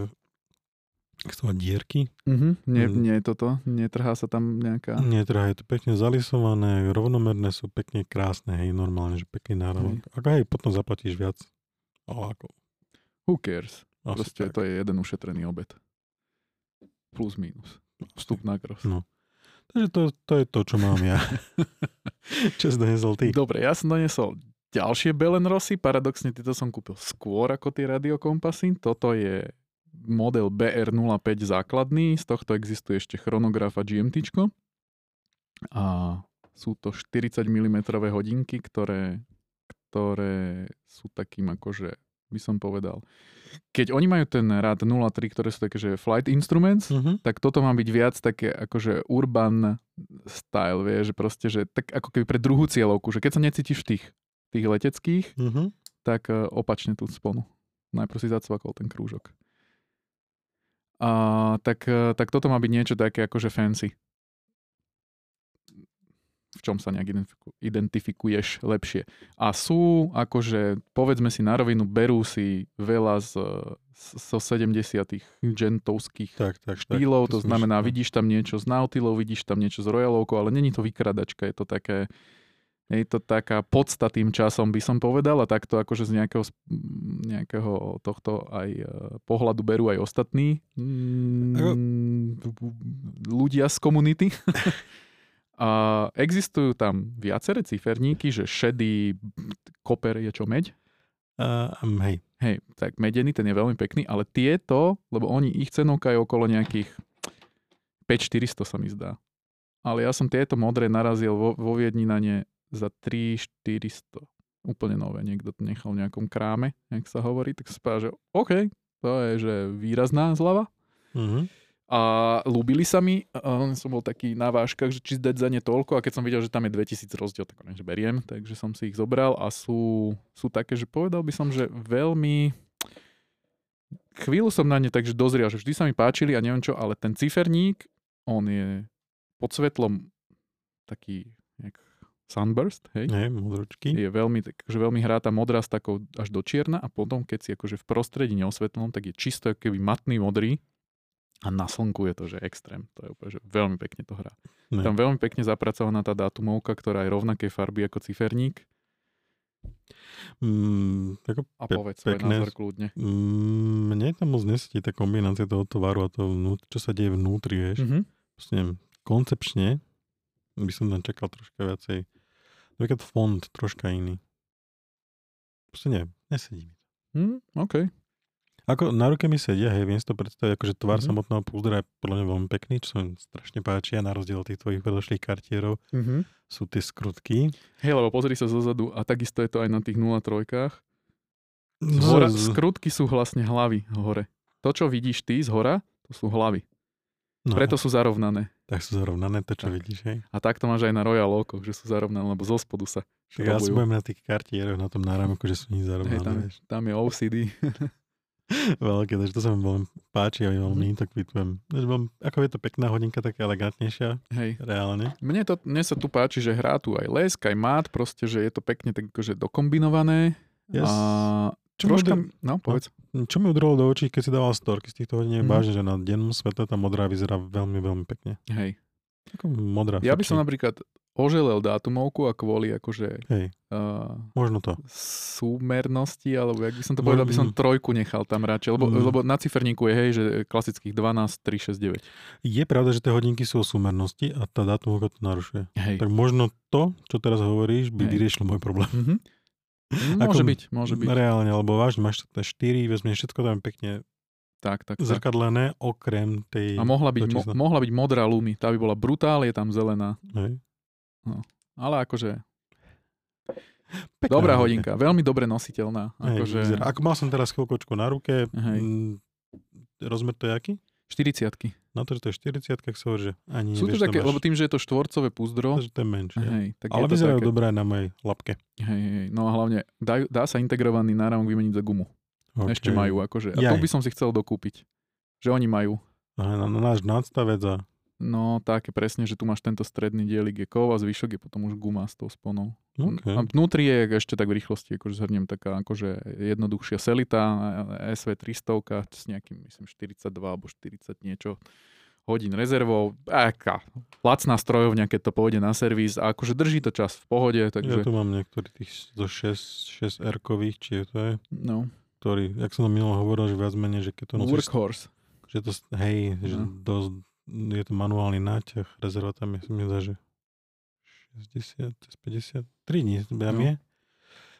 jak sa to volá, dierky.
Mhm. Nie,
Mm.
nie je toto, netrhá sa tam nejaká...
Netrhá, je to pekne zalisované, rovnomerné sú pekne krásne, hej, normálne, že pekný náramok. Ako hej, potom zaplatíš viac. Ale ako,
Who cares?
asi
Proste
tak.
to je jeden ušetrený obed. Plus minus. Vstup na gros.
No. Takže to, to je to, čo mám ja. Čo si donesol ty?
Dobre, ja som donesol ďalšie Bell and Rossi, paradoxne tieto som kúpil skôr ako tie radiokompasy. Toto je model bé er nula päť základný, z tohto existuje ešte chronograf a gé em téčko. A sú to štyridsať milimetrov hodinky, ktoré, ktoré sú takým akože, by som povedal, keď oni majú ten rád nula tri, ktoré sú také, že flight instruments, uh-huh. tak toto má byť viac také akože urban style, vie, že proste, že tak ako keby pre druhú cieľovku, že keď sa necítiš v tých, tých leteckých, uh-huh. tak uh, opačne tú sponu. Najprv si zacvakol ten krúžok. A, tak, uh, tak toto má byť niečo také akože fancy. V čom sa nejak identifikuješ lepšie. A sú, akože, povedzme si na rovinu, berú si veľa z, zo sedemdesiatych gentovských tak, tak, štýlov, tak, to, to znamená, myšľa. Vidíš tam niečo z Nautilou, vidíš tam niečo z Royalovkou, ale není to vykradačka, je to také, je to taká podsta tým časom, by som povedal, a takto akože z nejakého, nejakého tohto aj pohľadu berú aj ostatní mm, ľudia z komunity. A existujú tam viaceré ciferníky, že šedý koper je čo, meď?
Uh, um, hej.
Hej, tak medený, ten je veľmi pekný, ale tieto, lebo oni, ich cenovka je okolo nejakých päť štyristo sa mi zdá. Ale ja som tieto modré narazil vo, vo Viedni na ne za tri štyristo. Úplne nové, niekto to nechal v nejakom kráme, jak sa hovorí, tak sa spáva, že OK, to je že výrazná zľava. Mhm. A ľúbili sa mi, uh, som bol taký na vážkach, že či zdať za ne toľko, a keď som videl, že tam je dvetisíc rozdiel, tak že beriem, takže som si ich zobral a sú, sú také, že povedal by som, že veľmi... Chvíľu som na ne takže dozriel, že vždy sa mi páčili a neviem čo, ale ten ciferník, on je pod svetlom taký jak sunburst, hej?
Hej, modročky.
Je veľmi, takže veľmi hrá tá modrá s takou až do čierna a potom, keď si akože v prostredí neosvetlenom, tak je čisto keby matný modrý. A na slnku je to, že extrém. To je úplne, že veľmi pekne to hrá. Ne. Tam veľmi pekne zapracovaná tá dátumovka, ktorá je rovnaké farby ako ciferník.
Mm, ako
a povedz svoj názor kľudne.
Mm, mne tam moc nesedí tá kombinácia toho tovaru a toho, čo sa deje vnútri, vieš. Mm-hmm. Proste neviem, koncepčne by som tam čakal troška viacej. Napríklad fond troška iný. Proste neviem, nesedí mi to.
Mm, okej. Okay.
Ako na ruke mi sedia, hej, viem si to predstaviť, akože tvar mm-hmm. samotného púzdra je podľa mňa veľmi pekný, čo sa mi strašne páči a na rozdiel od tých tvojich predošlých kartierov mm-hmm. sú tie skrutky.
Hej, lebo pozri sa zozadu a takisto je to aj na tých nula tri. Z hora, z... Skrutky sú vlastne hlavy hore. To, čo vidíš ty z hora, to sú hlavy. No, preto sú zarovnané.
Tak sú zarovnané, to čo
tak.
Vidíš, hej.
A tak to máš aj na Royalovkoch, že sú zarovnané, lebo zo spodu sa
šrobujú. Ja si budem na tých kartieroch, na tom náramku, že sú ní zarovnané.
Hej, tam, tam je ó cé dé.
Veľké, takže to sa mi veľmi páči a veľmi to kvitujem. Ako je to pekná hodinka, taká elegantnejšia. Hej. Reálne.
Mne, to, mne sa tu páči, že hrá tu aj lesk, aj mát, proste, že je to pekne tak akože dokombinované. Yes. A čo troška, mi, no povedz.
Čo mi udrolo do očí, keď si dával storky z týchto hodiniek, mm. vážne, že na dennom svetle tá modrá vyzerá veľmi, veľmi pekne.
Hej.
Ako modrá.
Ja by som napríklad oželel dátumovku a kvôli akože
Hej, uh, možno to.
súmernosti, alebo jak by som to povedal, by som trojku nechal tam radšej, lebo, mm. lebo na ciferníku je, hej, že klasických dvanásť, tri, šesť, deväť.
Je pravda, že tie hodinky sú o súmernosti a tá dátumovka to narušuje.
Hej.
Tak možno to, čo teraz hovoríš, by hej. vyriešilo môj problém.
Mm-hmm. Môže byť, môže byť.
Reálne, alebo vážne, máš štyri, vezmeš všetko tam pekne
tak, tak,
zrkadlené, tak. Okrem tej...
A mohla byť, mo, mohla byť modrá Lumi, tá by bola brutál, je tam zelená.
Hej.
No, ale akože pekná dobrá hodinka, hodinka, veľmi dobre nositeľná. Akože...
Ako mal som teraz chvíľkočku na ruke, m, rozmer to je aký?
štyridsiatky.
Na to, že to je štyridsiatka, sa hovorí, že ani
sú
nevieš,
to také,
máš...
lebo tým, že je to štvorcové púzdro.
To je menšie.
Hej, tak
ale
je
vyzerajú
také...
dobré aj na mojej lapke.
Hej, hej, no a hlavne dá, dá sa integrovaný náramok vymeniť za gumu. Okay. Ešte majú, akože. A Jaj. to by som si chcel dokúpiť. Že oni majú.
Aha, na, na náš nadstavec a...
No, také presne, že tu máš tento stredný dielik je kov a zvyšok je potom už guma s tou sponou.
Okay.
A vnútri je ešte tak v rýchlosti, akože zhrniem taká akože jednoduchšia selita, es vé tristo s nejakým, myslím, štyridsaťdva alebo štyridsať niečo hodín rezervov. Aká lacná strojovňa, keď to pôjde na servis a akože drží to čas v pohode. Takže...
Ja tu mám niektorý tých zo šesť er-kových, či to je?
No.
Ktorý, jak som to minulé hovoril, že viac menej, že keď to nosíš...
Workhorse.
Že to, hej, no. že dosť je to manuálny náťah, rezerva tam je, mi zdá, že šesťdesiat, päťdesiat, tri dní tam no. je.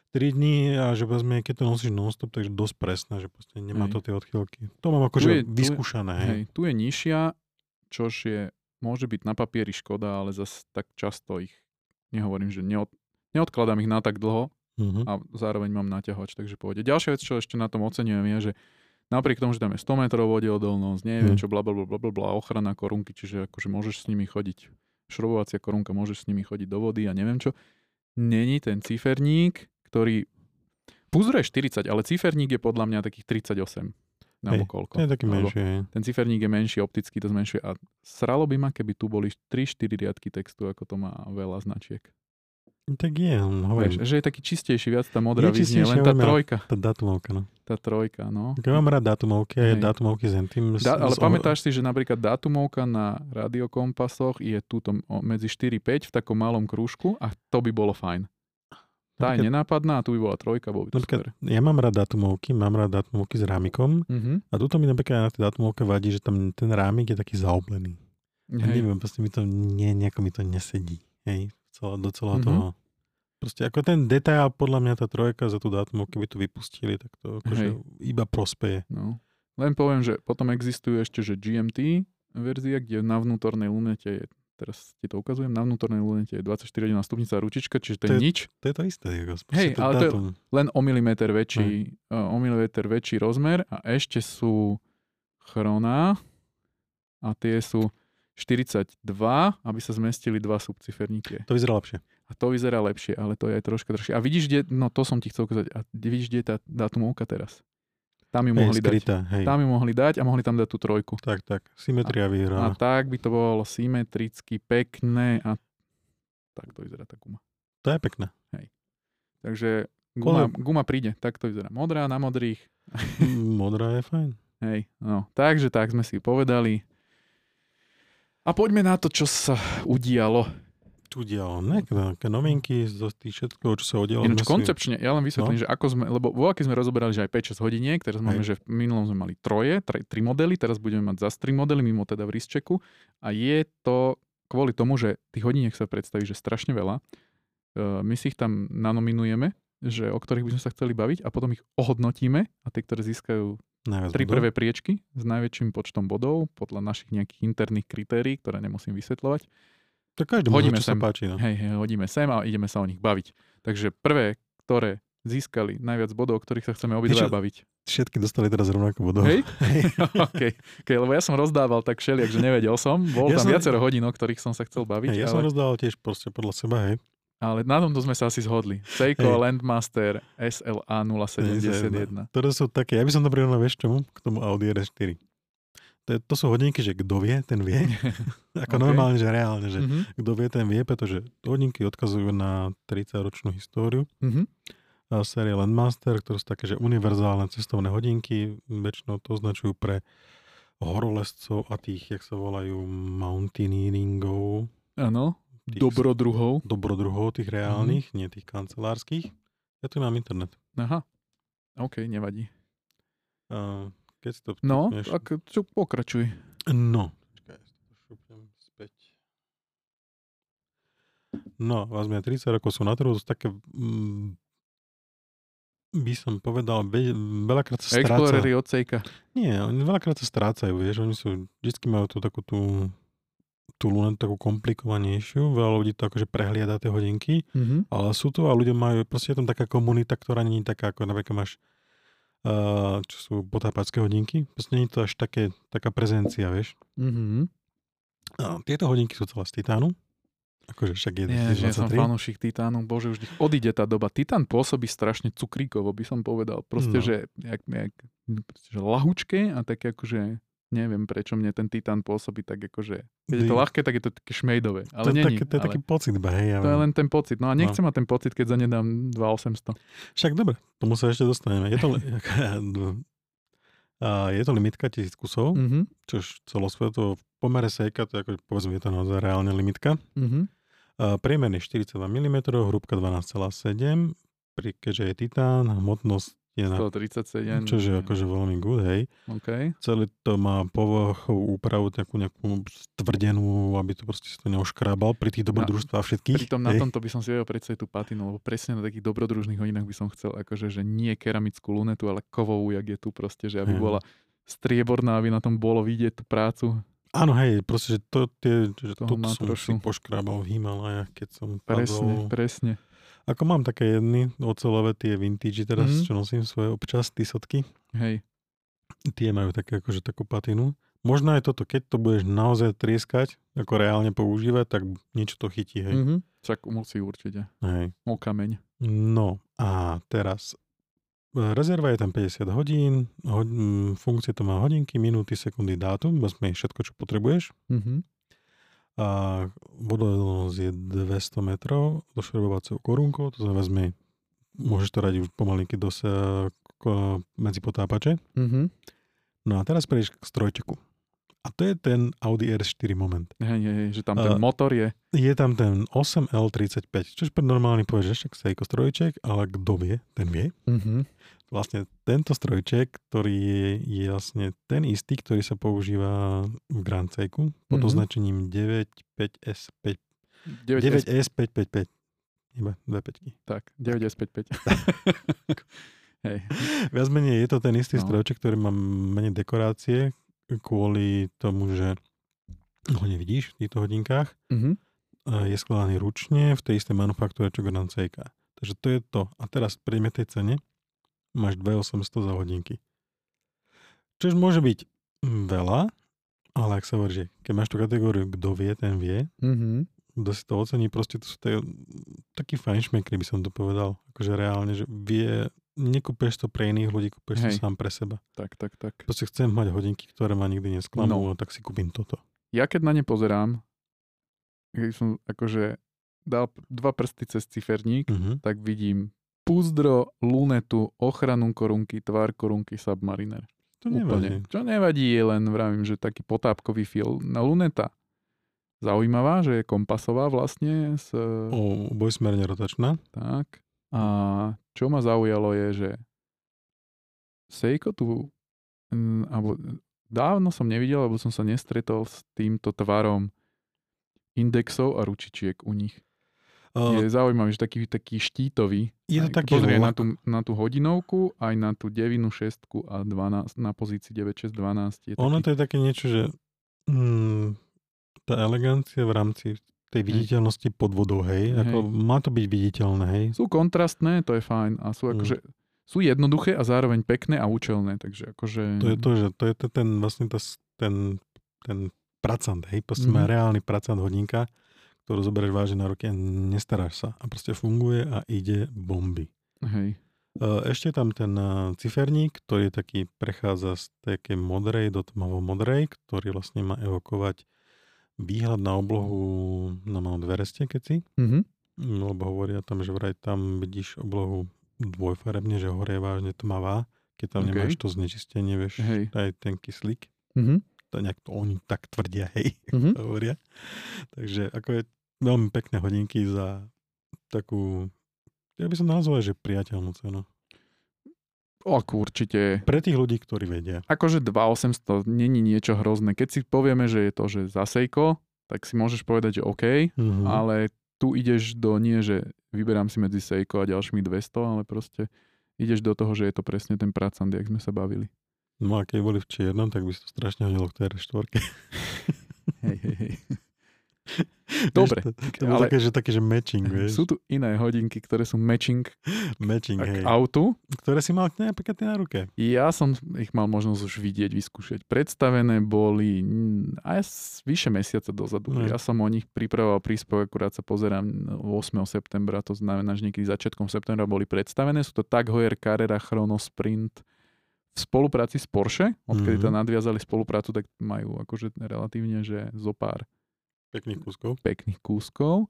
tri dní a že vezme, keď to nosíš non-stop, takže dosť presné, že proste nemá
hej.
to tie odchýlky. To mám akože vyskúšané.
Hej. hej, tu je nižšia, čož je, môže byť na papieri škoda, ale zase tak často ich, nehovorím, že neod, neodkladám ich na tak dlho uh-huh. a zároveň mám naťahovač, takže pôjde. Ďalšia vec, čo ešte na tom oceňujem, je, že napriek tomu, že tam je sto metrov vodeodolnosť, neviem uh-huh. čo, blablabla, ochrana korunky, čiže akože môžeš s nimi chodiť, šrobovacia korunka, môžeš s nimi chodiť do vody a neviem čo. Není ten ciferník, ktorý púzruje štyridsať, ale ciferník je podľa mňa takých tridsaťosem. Alebo koľko.
To je taký menší.
Ten ciferník je menší, opticky to zmenšuje a sralo by ma, keby tu boli tri štyri riadky textu, ako to má veľa značiek.
Tak je, hovorím.
Vieš, že je taký čistejší, viac tá modrá vyznie, len tá trojka.
Tá dátumovka, no.
Tá trojka, no.
Ja mám rád dátumovky, aj dátumovky z Entim.
Da, ale z... pamätáš si, že napríklad dátumovka na radiokompasoch je túto medzi štyri päť v takom malom krúžku a to by bolo fajn. Tá je nenápadná a tu by bola trojka, bol by to super.
Ja mám rád dátumovky, mám rád dátumovky s rámikom uh-huh. a tuto mi napríklad na tej dátumovke vadí, že tam ten rámik je taký zaoblený. Ja neviem, proste mi to nie, nejako mi to nesedí. Hej, celá, do celého uh-huh. toho. Proste ako ten detail, podľa mňa tá trojka za tú dátumovku, keby to vypustili, tak to akože iba prospeje.
No. Len poviem, že potom existujú ešte, že gé em té verzia, kde na vnútornej lunete je, teraz ti to ukazujem, na vnútornej lunete je dvadsaťštyri hodín stupnica ručička, čiže to, to je nič.
To je to isté.
Hej, ale to je len o milimeter väčší, uh, o milimeter väčší rozmer a ešte sú chroná a tie sú štyridsaťdva, aby sa zmestili dva subciferníky.
To vyzerá lepšie.
A to vyzerá lepšie, ale to je aj troška drahšie. A vidíš, kde, no to som ti chcel ukázať, a vidíš, kde je tá dátumovka teraz? Tam ju mohli
hej, skrytá,
dať.
Hej.
Tam ju mohli dať a mohli tam dať tú trojku.
Tak, tak. Symetria vyhrá.
A tak by to bolo symetricky, pekné a tak to vyzerá tá guma.
To je pekné.
Hej. Takže guma, guma príde. Tak to vyzerá. Modrá na modrých.
Modrá je fajn.
Hej, no. Takže tak sme si povedali. A poďme na to, čo sa udialo.
Udialo, nejaké novinky z tých všetkého, čo sa udialo.
Ináč koncepčne, ja len vysvetlím, no. že ako sme, lebo vo aký sme rozoberali, že aj päť šesť hodiniek, teraz máme, že v minulom sme mali troje, tri, tri modely, teraz budeme mať zase tri modely, mimo teda v Rizčeku. A je to kvôli tomu, že tých hodiniek sa predstaví, že strašne veľa. My si ich tam nanominujeme, že o ktorých by sme sa chceli baviť a potom ich ohodnotíme a tie, ktoré získajú najviac tri bodov. Prvé priečky s najväčším počtom bodov podľa našich nejakých interných kritérií, ktoré nemusím vysvetľovať.
To každý hodíme môže, čo sem, sa páči. No.
Hej, hej, hodíme sem a ideme sa o nich baviť. Takže prvé, ktoré získali najviac bodov, o ktorých sa chceme obidva baviť.
Všetky dostali teraz rovnako bodov.
Hej? okay. OK, lebo ja som rozdával tak všelijak, že nevedel som. Bol ja tam som... viacero hodín, o ktorých som sa chcel baviť.
Hej, ja ale... som rozdával tiež proste podľa seba, hej.
Ale na tomto sme sa asi zhodli. Seiko hey. Landmaster es el á nula sedemdesiatjeden.
Ktoré sú také, ja by som to prirovnal, vieš čomu? K tomu Audi er es štyri. To, je, to sú hodinky, že kto vie, ten vie. Ako okay. normálne, že reálne, že mm-hmm. kto vie, ten vie, pretože hodinky odkazujú na tridsaťročnú históriu. Mm-hmm. A série Landmaster, ktoré sú také, že univerzálne cestovné hodinky, väčšinou to označujú pre horolezcov a tých, jak sa volajú, mountaineeringov.
Áno. Dobrodruhov.
Dobrodruhov, tých reálnych, mm. nie tých kancelárskych. Ja tu mám internet.
Aha, OK, nevadí.
Uh, keď si to...
No, vieš... tak čo, pokračuj.
No. Počkaj, ja to šupnem späť. No, vlastne tridsať rokov sú na trhu, to sú také... Mm, by som povedal, be, veľakrát sa stráca.
Explorery od Seika.
Nie, oni veľakrát sa strácajú, vieš, oni sú, vždycky majú tú takú tú... tú lunetu takú komplikovanejšiu, veľa ľudí to akože prehliada tie hodinky, mm-hmm. ale sú to a ľudia majú, proste je tam taká komunita, ktorá nie je taká, ako napríklad máš, uh, čo sú potápacké hodinky, proste nie je to až také, taká prezencia, vieš. Mm-hmm. A tieto hodinky sú celé z titánu, akože však je
Nie, že ja som fanúšik titánu, bože, už odíde tá doba. Titán pôsobí strašne cukríkovo, by som povedal, proste, no. že, jak, jak, proste, že lahučké a také akože neviem, prečo mne ten titán pôsobí tak akože, keď je to ľahké, tak je to také šmejdové. Ale to, není,
také, to je
ale...
taký pocit, ba, hej. Ja
to je len ten pocit. No a nechcem no. mať ten pocit, keď za ne dám dva tisíc osemsto.
Však dobre, tomu sa ešte dostaneme. Je to, je to limitka tisíc kusov, mm-hmm. čož celosvetovo v pomere Seika, to je ako, povedzme, je to naozaj reálne limitka. Mm-hmm. Priemerný štyridsaťdva milimetrov, hrúbka dvanásť celá sedem, pri, keďže je titán, hmotnosť štvrtina.
stotridsaťsedem.
Čože akože veľmi good, hej.
Okay.
Celé to má povrchovú úpravu, takú nejakú stvrdenú, aby to proste sa to neoškrábal pri tých dobrodružstvách všetkých.
Pri tom na tomto by som si vedel predstaviť tú patinu, lebo presne na takých dobrodružných hodinách by som chcel, akože, že nie keramickú lunetu, ale kovovú, jak je tu proste, že aby hmm. bola strieborná, aby na tom bolo vidieť tú prácu.
Áno, hej, proste, že to tie, že to som
trošku...
si poškrábal v Himalajach, keď som
presne,
padol.
Presne,
Ako mám také jedny ocelové tie vintage teraz, mm. čo nosím svoje občas, tí sotky.
Hej.
Tie majú také akože takú patinu. Možno aj toto, keď to budeš naozaj trieskať, ako reálne používať, tak niečo to chytí, hej.
Mm-hmm. Však musí určite.
Hej.
O kameň.
No a teraz rezerva je tam päťdesiat hodín, hod, funkcie to má hodinky, minúty, sekundy, dátum, vlastne všetko, čo potrebuješ.
Mm-hmm.
A vodovodnosť je dvesto metrov do šrobovacou korunkou, to znamená, vezme, môžeš to radiť pomalinky dosť medzi potápače.
Mm-hmm.
No a teraz prejdeš k strojčeku. A to je ten Audi er štyri moment.
Hej, hej, že tam ten uh, motor je.
Je tam ten osem el tridsaťpäť, čož pre normálny povieš, však Seiko strojček, ale kto vie, ten vie.
Mm-hmm.
Vlastne tento strojček, ktorý je, je vlastne ten istý, ktorý sa používa v Grand Seiku pod mm-hmm. označením deväť päť es päť. deväť es päťstopäťdesiatpäť. Iba dve päťky.
Tak, deväť es päťdesiatpäť. Hej.
Viac menej je to ten istý
no.
strojček, ktorý má menej dekorácie, kvôli tomu, že ho nevidíš v týchto hodinkách.
Mm-hmm.
Je skladaný ručne v tej istej manufaktúre, čo Grand Seika. Takže to je to. A teraz prejdeme tej cene. Máš dve tisíc osemsto za hodinky. Čož môže byť veľa, ale ak sa hovorí, že keď máš tú kategóriu, kto vie, ten vie.
Mm-hmm.
Kto si to ocení, proste to sú tej, taký fajnšmekry, by som to povedal. Akože reálne, že vie, nekúpeš to pre iných ľudí, kúpeš to sám pre seba.
Tak, tak, tak.
Proste chcem mať hodinky, ktoré ma nikdy nesklamú, no. Tak si kúpim toto.
Ja keď na ne pozerám, keď som akože dal dva prsty cez ciferník, uh-huh. tak vidím púzdro, lunetu, ochranu korunky, tvár korunky, Submariner.
To nevadí.
Čo nevadí, je len, vravím, že taký potápkový fil na luneta. Zaujímavá, že je kompasová vlastne. S...
O, obojsmerne rotačná.
Tak. A čo ma zaujalo je, že Seiko tu, alebo dávno som nevidel, lebo som sa nestretol s týmto tvarom indexov a ručičiek u nich. Uh, je zaujímavý, že taký, taký štítový.
Je to taký
pozrie na tú, na tú hodinovku, aj na tú devinu šestku a dvanásť, na pozícii deväť šesť dvanásť. Je
ono
taký...
to je také niečo, že mm, tá elegancia v rámci tej viditeľnosti pod vodou, hej. hej. Ako, má to byť viditeľné, hej.
Sú kontrastné, to je fajn. A sú akože, mm. sú jednoduché a zároveň pekné a účelné. Takže akože...
To je to, že to je to ten vlastne to, ten, ten pracant, hej. Proste mm. má reálny pracant hodinka, ktorú zoberieš vážne na ruky a nestaráš sa. A proste funguje a ide bomby.
Hej.
Ešte tam ten ciferník, ktorý je taký, prechádza z takej modrej do tmavo modrej, ktorý vlastne má evokovať výhľad na oblohu na malom dvereste, keď si.
Mm-hmm.
No, lebo hovoria tam, že vraj tam vidíš oblohu dvojfarebne, že hore je vážne tmavá, keď tam okay. nemáš to znečistenie, vieš, hej. Aj ten kyslík.
Mm-hmm.
To nejak to oni tak tvrdia, hej,
mm-hmm.
hovoria. Takže ako je veľmi pekné hodinky za takú, ja by som nazval, že priateľnú cenu.
Ako určite.
Pre tých ľudí, ktorí vedia.
Akože dva tisíc osemsto není niečo hrozné. Keď si povieme, že je to, že za Seiko, tak si môžeš povedať, že OK, mm-hmm. ale tu ideš do, nie, že vyberám si medzi Seiko a ďalšími dvesto, ale proste ideš do toho, že je to presne ten pracant, jak sme sa bavili.
No a keď boli v čiernom, tak by si to strašne hodilo k té er štyri.
Hej, hej, hej. Dobre.
To, to bolo ale také, že, také, že matching, vieš.
Sú tu iné hodinky, ktoré sú matching,
matching
k
hej.
autu.
Ktoré si mal napríklad na ruke.
Ja som ich mal možnosť už vidieť, vyskúšať. Predstavené boli aj vyše mesiaca dozadu. No. Ja som o nich pripravoval príspevok, akurát sa pozerám ôsmeho septembra, to znamená, že niekedy začiatkom septembra boli predstavené. Sú to Tag Heuer Carrera Chrono Sprint v spolupráci s Porsche. Odkedy mm-hmm. to nadviazali spoluprácu, tak majú akože relatívne, že zopár
Pekných kúskov.
Pekných kúskov.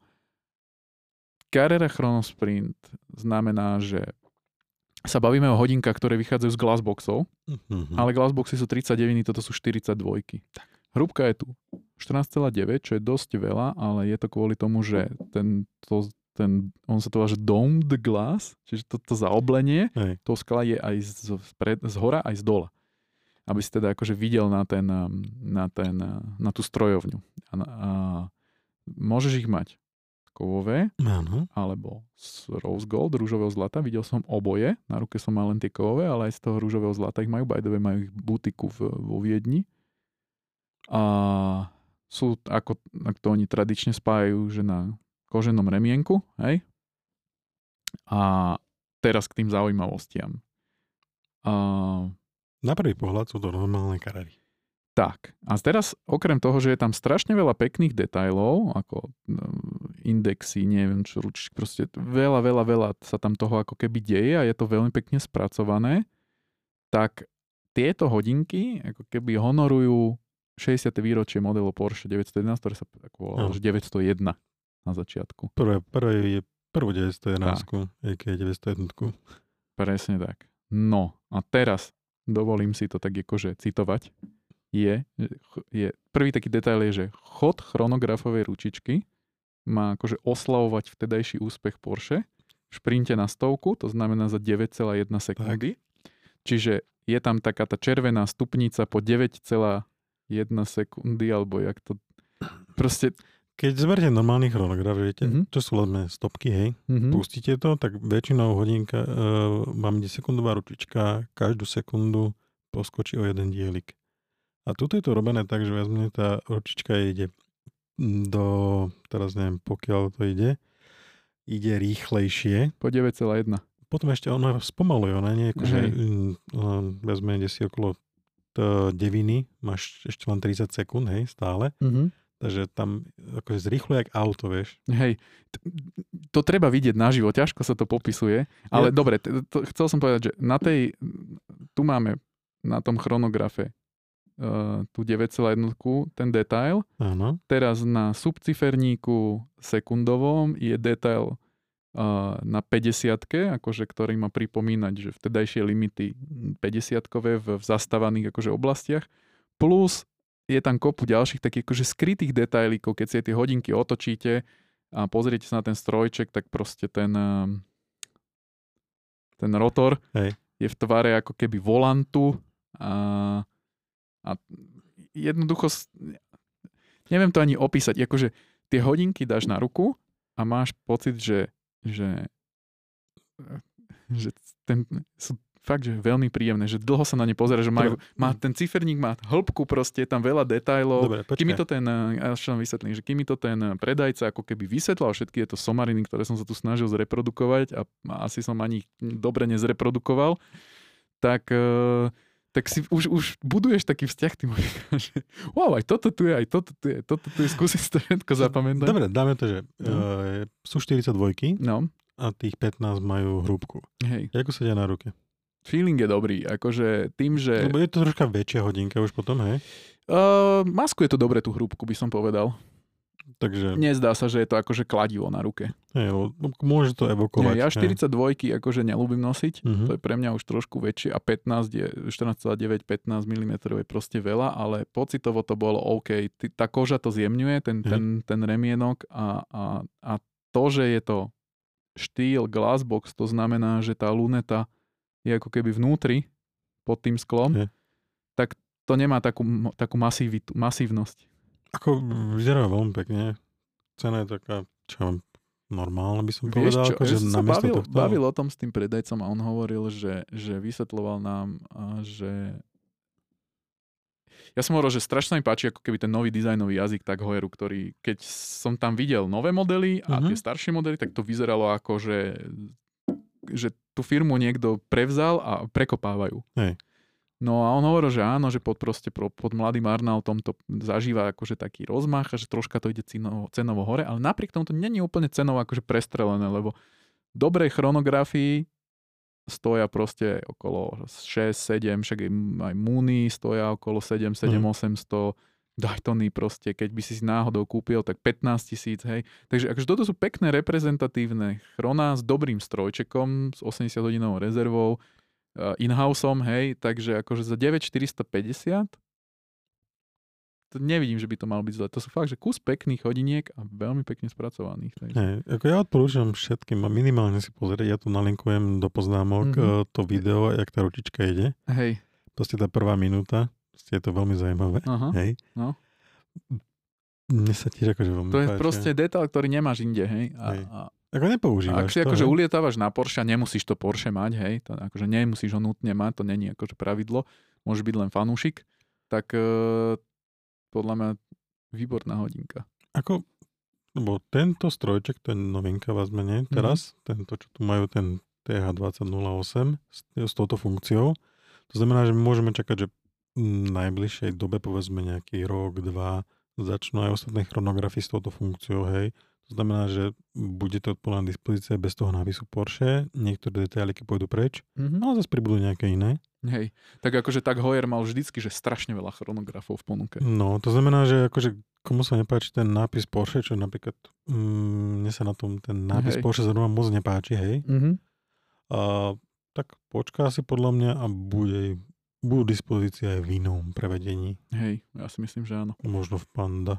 Carrera Chrono Sprint znamená, že sa bavíme o hodinkách, ktoré vychádzajú z glassboxov, mm-hmm. ale glassboxy sú tridsaťdeväť, toto sú štyridsaťdva. Tak. Hrúbka je tu štrnásť celá deväť, čo je dosť veľa, ale je to kvôli tomu, že ten, to, ten, on sa to volá, že domed glass, čiže toto to zaoblenie,
Hej.
to skla je aj z, z, z hora, aj z dola. Aby si teda akože videl na ten, na ten, na tú strojovňu. A, a môžeš ich mať kovové,
Áno.
alebo z rose gold, rúžového zlata. Videl som oboje. Na ruke som mal len tie kovové, ale aj z toho rúžového zlata ich majú. By the way, majú ich v butiku v, vo Viedni. A sú, ako, ako to oni tradične spájajú, že na koženom remienku. Hej? A teraz k tým zaujímavostiam. A...
Na prvý pohľad sú to normálne karary.
Tak. A teraz, okrem toho, že je tam strašne veľa pekných detailov, ako indexy, neviem čo, ručičky, proste veľa, veľa, veľa sa tam toho ako keby deje a je to veľmi pekne spracované, tak tieto hodinky ako keby honorujú šesťdesiate výročie modelu Porsche deväťsto jedenásť, ktoré sa ako volalo, že deväťsto jeden na začiatku.
Prvé, prvé je prvú deväťsto jedenásť, á ká deväťsto jeden.
Presne tak. No a teraz dovolím si to tak akože citovať. Je, je, prvý taký detail je, že chod chronografovej ručičky má akože oslavovať vtedajší úspech Porsche v šprinte na stovku, to znamená za deväť celá jedna sekundy. Tak. Čiže je tam taká tá červená stupnica po deväť celá jedna sekundy, alebo jak to proste...
Keď zoberte normálny chronograf, viete, mm-hmm. čo sú len stopky, hej, mm-hmm. pustíte to, tak väčšinou hodinka, uh, mám sekundová ručička, každú sekundu poskočí o jeden dielik. A tuto je to robené tak, že vezme tá ručička ide do, teraz neviem, pokiaľ to ide, ide rýchlejšie.
Po deväť celá jedna.
Potom ešte ona spomaluje, ona nie je akože, vezme, ide si okolo deviny, máš ešte len tridsať sekúnd, hej, stále. Mm-hmm. Takže tam akože zrýchluje jak auto, vieš.
Hej, to treba vidieť naživo, ťažko sa to popisuje, ale ja... dobre, to, to, chcel som povedať, že na tej, tu máme na tom chronografe Uh, tú deväť celá jedna, ten detail.
Áno.
Teraz na subciferníku sekundovom je detail uh, na päťdesiatke, akože, ktorý má pripomínať, že vtedajšie limity päťdesiatkové v, v zastávaných akože oblastiach. Plus je tam kopu ďalších takých akože skrytých detailikov, keď si tie hodinky otočíte a pozriete sa na ten strojček, tak proste ten uh, ten rotor
Hej.
je v tvare ako keby volantu a A jednoducho, neviem to ani opísať, akože tie hodinky dáš na ruku a máš pocit, že, že, že ten, sú fakt, že veľmi príjemné, že dlho sa na ne pozera, že majú, má, ten ciferník má hĺbku proste, je tam veľa detailov.
Dobre, počkaj.
Kým mi to ten, ja čo vám vysvetlím, že kým mi to ten predajca ako keby vysvetlal všetky tieto somariny, ktoré som sa tu snažil zreprodukovať a asi som ani dobre nezreprodukoval, tak... tak si už, už buduješ taký vzťah tým, že wow, aj toto tu je, aj toto tu je, toto tu je, skúsi si to všetko zapamätať.
Dobre, dáme to, že no. uh, sú štyridsaťdvojky
no.
a tých pätnásť majú hrúbku.
Hej.
Ako sedia na ruke?
Feeling je dobrý, akože tým, že...
Lebo je to troška väčšia hodinka už potom, hej?
Uh, maskuje to dobre tú hrúbku, by som povedal.
Takže...
Nezdá sa, že je to akože kladivo na ruke.
Hej, môže to evokovať.
Nie, ja štyridsaťdvojky akože neľúbim nosiť,
uh-huh.
to je pre mňa už trošku väčšie a pätnásť je, štrnásť celá deväť pätnásť milimetrov je proste veľa, ale pocitovo to bolo OK. Tá koža to zjemňuje, ten, uh-huh. ten, ten remienok a, a, a to, že je to štýl glassbox, to znamená, že tá luneta je ako keby vnútri pod tým sklom, uh-huh. tak to nemá takú, takú masívitu, masívnosť.
Ako vyzerá veľmi pekne. Cena je taká, čo normálne by som povedal.
Vieš čo,
ako, že
ja som sa bavil,
tohto...
bavil o tom s tým predajcom a on hovoril, že, že vysvetľoval nám, že ja som hovoril, že strašne mi páči ako keby ten nový dizajnový jazyk tak Heueru, ktorý keď som tam videl nové modely a uh-huh. tie staršie modely, tak to vyzeralo ako, že, že tú firmu niekto prevzal a prekopávajú.
Hej.
No a on hovoril, že áno, že pod, proste, pod mladým Arnautom to zažíva akože taký rozmach a že troška to ide cenovo, cenovo hore, ale napriek tomu to nie je úplne cenovo akože prestrelené, lebo dobrej chronografii stoja proste okolo šesť sedem, však aj Moony stoja okolo sedem sedem osemsto, Daytony proste, keď by si si náhodou kúpil, tak pätnásť tisíc, hej. Takže akože toto sú pekné reprezentatívne chroná s dobrým strojčekom, s osemdesiat hodinovou rezervou, in-houseom, hej, takže akože za deväť štyristopäťdesiat to nevidím, že by to malo byť zle. To sú fakt, že kus pekných hodiniek a veľmi pekne spracovaných. Takže...
Hey, ako ja odporúčam všetkým a minimálne si pozrieť, ja tu nalinkujem do poznámok mm-hmm. to video, jak tá ručička ide.
Hej.
Proste tá prvá minúta, je to veľmi zaujímavé.
Aha,
hej.
No.
Mne sa tiež akože veľmi
To je
páči.
proste detail, ktorý nemáš inde, hej. A,
hej.
a,
ako nepoužívaš
ak si
to,
akože
hej?
ulietávaš na Porsche, nemusíš to Porsche mať, hej. To akože nemusíš ho nutne mať, to není akože pravidlo. Môže byť len fanúšik. Tak e, podľa mňa výborná hodinka.
Ako, lebo tento strojček, to je novinka vás menej teraz, mm-hmm. tento, čo tu majú, ten T H dvadsať nula osem s, s touto funkciou. To znamená, že my môžeme čakať, že v najbližšej dobe, povedzme nejaký rok, dva, začnú aj ostatné chronografy s touto funkciou, hej. To znamená, že bude to plná dispozícia bez toho nápisu Porsche, niektoré detailiky pôjdu preč, mm-hmm. ale zase pribudú nejaké iné.
Hej, tak akože tak Heuer mal vždycky, že strašne veľa chronografov v ponuke.
No, to znamená, že akože komu sa nepáči ten nápis Porsche, čo napríklad mm, mne sa na tom ten nápis hej. Porsche zrovna moc nepáči, hej. Mm-hmm. A, tak počká si podľa mňa a bude, budú dispozície aj v inom prevedení.
Hej, ja si myslím, že áno.
Možno v Panda.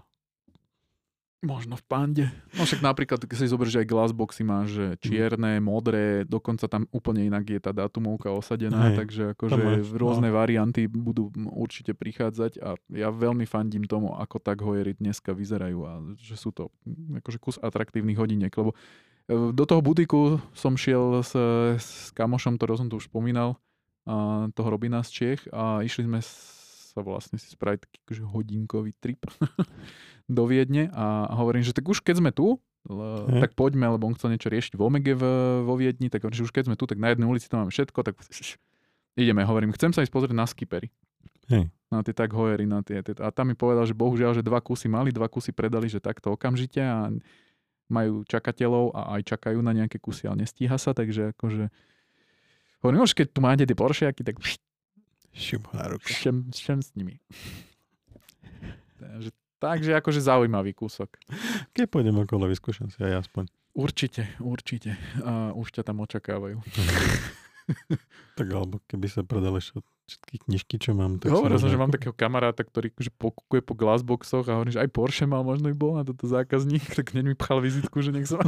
Možno v Pande. No však napríklad, keď si zoberieš, že aj glassboxy máš, že čierne, modré, dokonca tam úplne inak je tá dátumovka osadená, hej, takže akože máš, rôzne no. varianty budú určite prichádzať a ja veľmi fandím tomu, ako tak Heuery dneska vyzerajú a že sú to akože kus atraktívnych hodiniek, lebo do toho butiku som šiel s, s kamošom, ktorého som tu už spomínal, a toho Robina z Čiech a išli sme sa vlastne si spraviť taký akože hodinkový trip do Viedne a hovorím, že tak už keď sme tu, le, tak poďme, lebo on chcel niečo riešiť v Omege v, vo Viedni, tak hovorím, že už keď sme tu, tak na jednej ulici to máme všetko, tak ideme, hovorím, chcem sa ísť pozrieť na Skippery.
Hej.
Na tie tak Heuery, na tie, tie, a tam mi povedal, že bohužiaľ, že dva kusy mali, dva kusy predali, že takto okamžite a majú čakateľov a aj čakajú na nejaké kusy, ale nestíha sa, takže akože hovorím, už keď tu máte tie Porscheaky, tak
šup na ruku.
Šem, šem s nimi. takže, takže akože zaujímavý kúsok.
Keď pôjdem okolo, vyskúšam si aj aspoň.
Určite, určite. A už ťa tam očakávajú.
Tak alebo keby sa predali všetky knižky, čo mám. Tak
hovoril som, že
ako...
mám takého kamaráta, ktorý že pokúkuje po glassboxoch a hovorím, že aj Porsche mal, možno by bol na toto zákazník, tak hneď mi pchal vizitku, že nech sa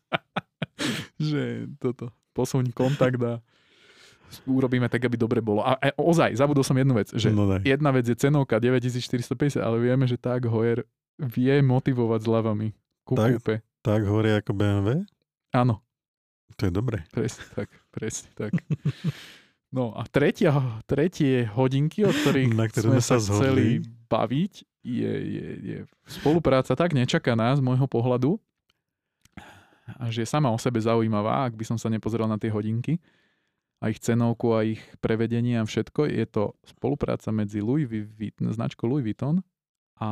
že toto, posuň kontakt a urobíme tak, aby dobre bolo. A, a ozaj, zabudol som jednu vec, že no jedna vec je cenovka deväťtisícštyristopäťdesiat, ale vieme, že tak Heuer vie motivovať zľavami ku
tak,
kúpe.
Tak hovorí ako bé em vé?
Áno.
To je dobré.
Presne tak, presne tak. No a tretia, tretie hodinky, o ktorých sme sa chceli baviť, je, je, je spolupráca tak nečakaná z môjho pohľadu, a že je sama o sebe zaujímavá, ak by som sa nepozeral na tie hodinky, a ich cenovku a ich prevedenie a všetko. Je to spolupráca medzi Louis Vuitton, značkou Louis Vuitton a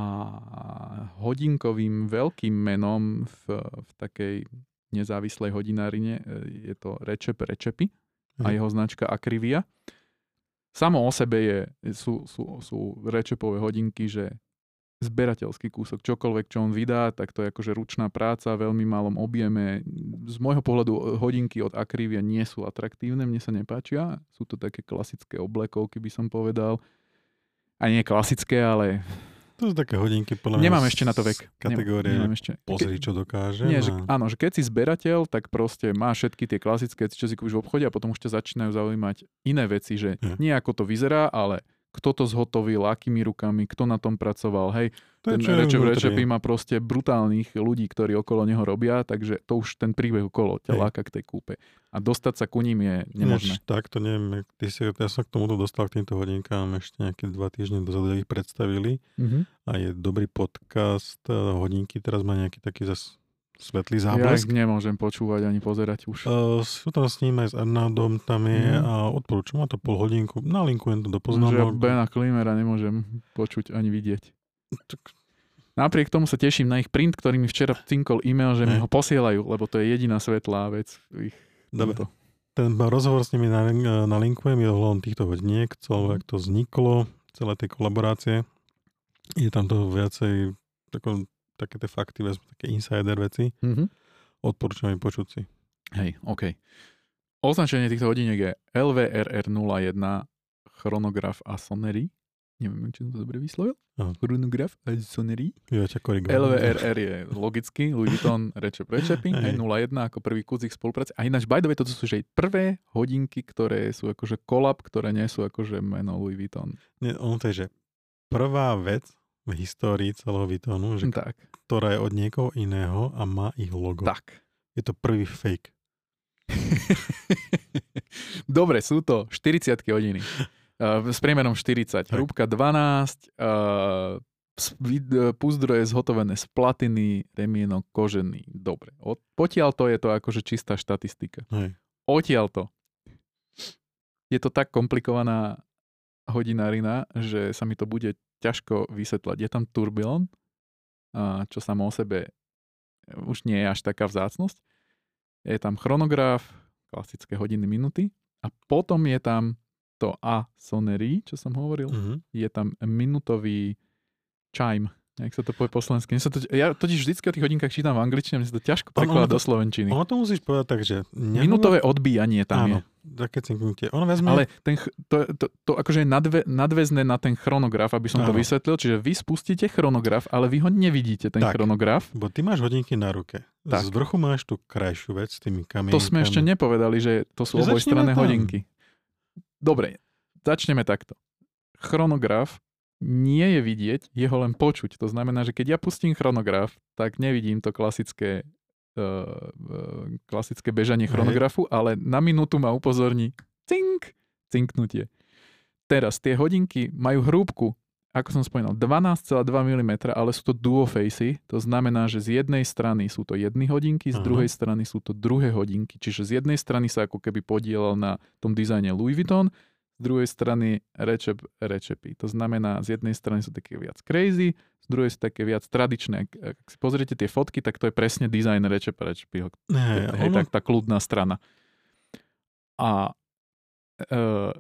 hodinkovým veľkým menom v, v takej nezávislej hodinárine. Je to Recep Recepy a jeho značka Akrivia. Samo o sebe je, sú, sú, sú Recepové hodinky, že zberateľský kúsok, čokoľvek, čo on vydá, tak to je akože ručná práca, veľmi malom objeme. Z môjho pohľadu hodinky od Akrivia nie sú atraktívne, mne sa nepáčia. Sú to také klasické oblekovky, by som povedal. A nie klasické, ale...
To sú také hodinky, podľa mňa...
Nemám ešte na to vek.
Kategórie, nemám ešte. Pozri, čo dokáže.
Nie, že, áno, že keď si zberateľ, tak proste má všetky tie klasické, čo si kúpiš v obchode a potom už ťa začínajú zaujímať iné veci, že ja. Nie ako to vyzerá, ale... Kto to zhotovil, akými rukami, kto na tom pracoval, hej. To ten Recep Recepy má proste brutálnych ľudí, ktorí okolo neho robia, takže to už ten príbeh okolo ťa láka k tej kúpe. A dostať sa ku ním je nemožné.
Než, tak to neviem, ty si, ja som k tomuto dostal k týmto hodinkám ešte nejaké dva týždne dozadu, ich predstavili mm-hmm. a je dobrý podcast, hodinky teraz má nejaký taký zas svetlý záblesk.
Ja ich nemôžem počúvať ani pozerať už.
Uh, sú tam s ním aj s Arnoldom, tam je mm. a odporúčam, má to pol hodinku, nalinkujem to do poznámok.
Že Bena Klimera nemôžem počuť ani vidieť. Tak... Napriek tomu sa teším na ich print, ktorý mi včera cinkol e-mail, že ne. mi ho posielajú, lebo to je jediná svetlá vec. Ich
Dobre. Ten rozhovor s nimi nalinkujem, je ohľadom týchto hodiniek, celé, jak to vzniklo, celé tie kolaborácie. Je tam toho viacej takom také tie fakty, také insider veci. Mm-hmm. Odporúčam im počuť si.
Hej, OK. Označenie týchto hodiniek je L V R R nula jeden chronograf a Sonnery. Neviem, či som to dobre vyslovil.
Oh.
Chronograph a Sonnery.
Jo, ťa korigujem.
el vé er er je logicky, Louis Vuitton Rečep Rečepy, hej, nula jedna ako prvý kus ich spolupráce. A ináč, by the way, toto sú že prvé hodinky, ktoré sú akože kolab, ktoré nie sú akože meno Louis Vuitton.
Nie, on to je, že prvá vec v histórii celého Vuittonu, že
tak.
ktorá je od niekoho iného a má ich logo.
Tak.
Je to prvý fake.
Dobre, sú to štyridsiatky hodiny. Uh, s priemerom štyridsať. Tak. Hrúbka dvanásť. Uh, púzdro je zhotovené z platiny, remienok kožený. Dobre. Od, potiaľ to je to akože čistá štatistika.
Hej.
Odtiaľ to. Je to tak komplikovaná hodinárina, že sa mi to bude ťažko vysvetľať. Je tam turbilon, uh, čo samo o sebe už nie je až taká vzácnosť. Je tam chronograf, klasické hodiny, minuty. A potom je tam to A Sonnery, čo som hovoril. Uh-huh. Je tam minutový chime. Jak sa to povie po slovensky? To, ja totiž vždycky o tých hodinkách čítam v angličtine, mne sa to ťažko prekladá do slovenčiny.
Ono to musíš povedať tak, že... Nehovor...
Minutové odbíjanie tam
áno,
je.
Také cinknutie. Ono vezme...
Ale ten, to, to, to akože je nadve, nadväzné na ten chronograf, aby som áno. to vysvetlil. Čiže vy spustíte chronograf, ale vy ho nevidíte, ten tak, chronograf.
Bo ty máš hodinky na ruke. Tak. Z vrchu máš tú krajšiu vec s tými kamienkami.
To sme ešte nepovedali, že to sú obojstranné hodinky. Dobre, začneme takto. Chronograf nie je vidieť, je ho len počuť. To znamená, že keď ja pustím chronograf, tak nevidím to klasické, uh, klasické bežanie chronografu, ale na minútu ma upozorní cink, cinknutie. Teraz tie hodinky majú hrúbku, ako som spomínal, dvanásť celá dva milimetra, ale sú to duofacy. To znamená, že z jednej strany sú to jedny hodinky, z Aha. druhej strany sú to druhé hodinky. Čiže z jednej strany sa ako keby podielal na tom dizajne Louis Vuitton, z druhej strany Rečep Rečepy. To znamená, z jednej strany sú také viac crazy, z druhej sú také viac tradičné. Ak, ak si pozriete tie fotky, tak to je presne dizajn Rečep Rečepy.
Hej,
hej, tak tá kľudná strana. A e,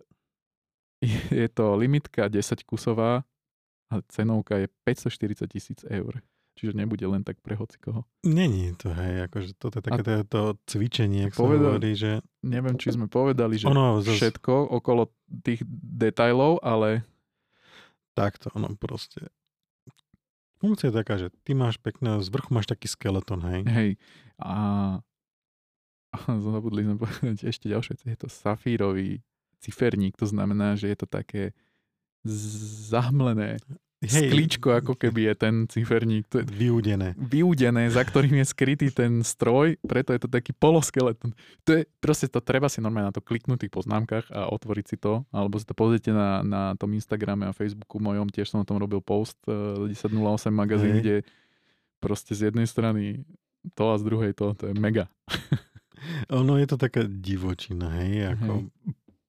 je to limitka desať kusová a cenovka je päťstoštyridsať tisíc eur. Čiže nebude len tak pre hocikoho.
Není to, hej, akože toto je také to, to cvičenie, ak
povedal,
sa hovorí, že...
Neviem, či sme povedali, že
ono,
všetko zase... okolo tých detailov, ale...
Takto, ono proste... Funkcia je taká, že ty máš pekné, z vrchu máš taký skeleton, hej.
Hej. A... a zabudli sme povedať ešte ďalšie, je to safírový ciferník, to znamená, že je to také zahmlené.
Hej,
sklíčko, ako keby je ten ciferník. To je
vyúdené.
Vyúdené, za ktorým je skrytý ten stroj, preto je to taký poloskeleton. To je, proste to treba si normálne na to kliknúť v tých poznámkach a otvoriť si to, alebo si to pozrite na, na tom Instagrame a Facebooku mojom, tiež som o tom robil post uh, desať nula osem magazín, Hej. kde proste z jednej strany to a z druhej to, to je mega.
Ono je to taká divočina, hej, ako... Hej.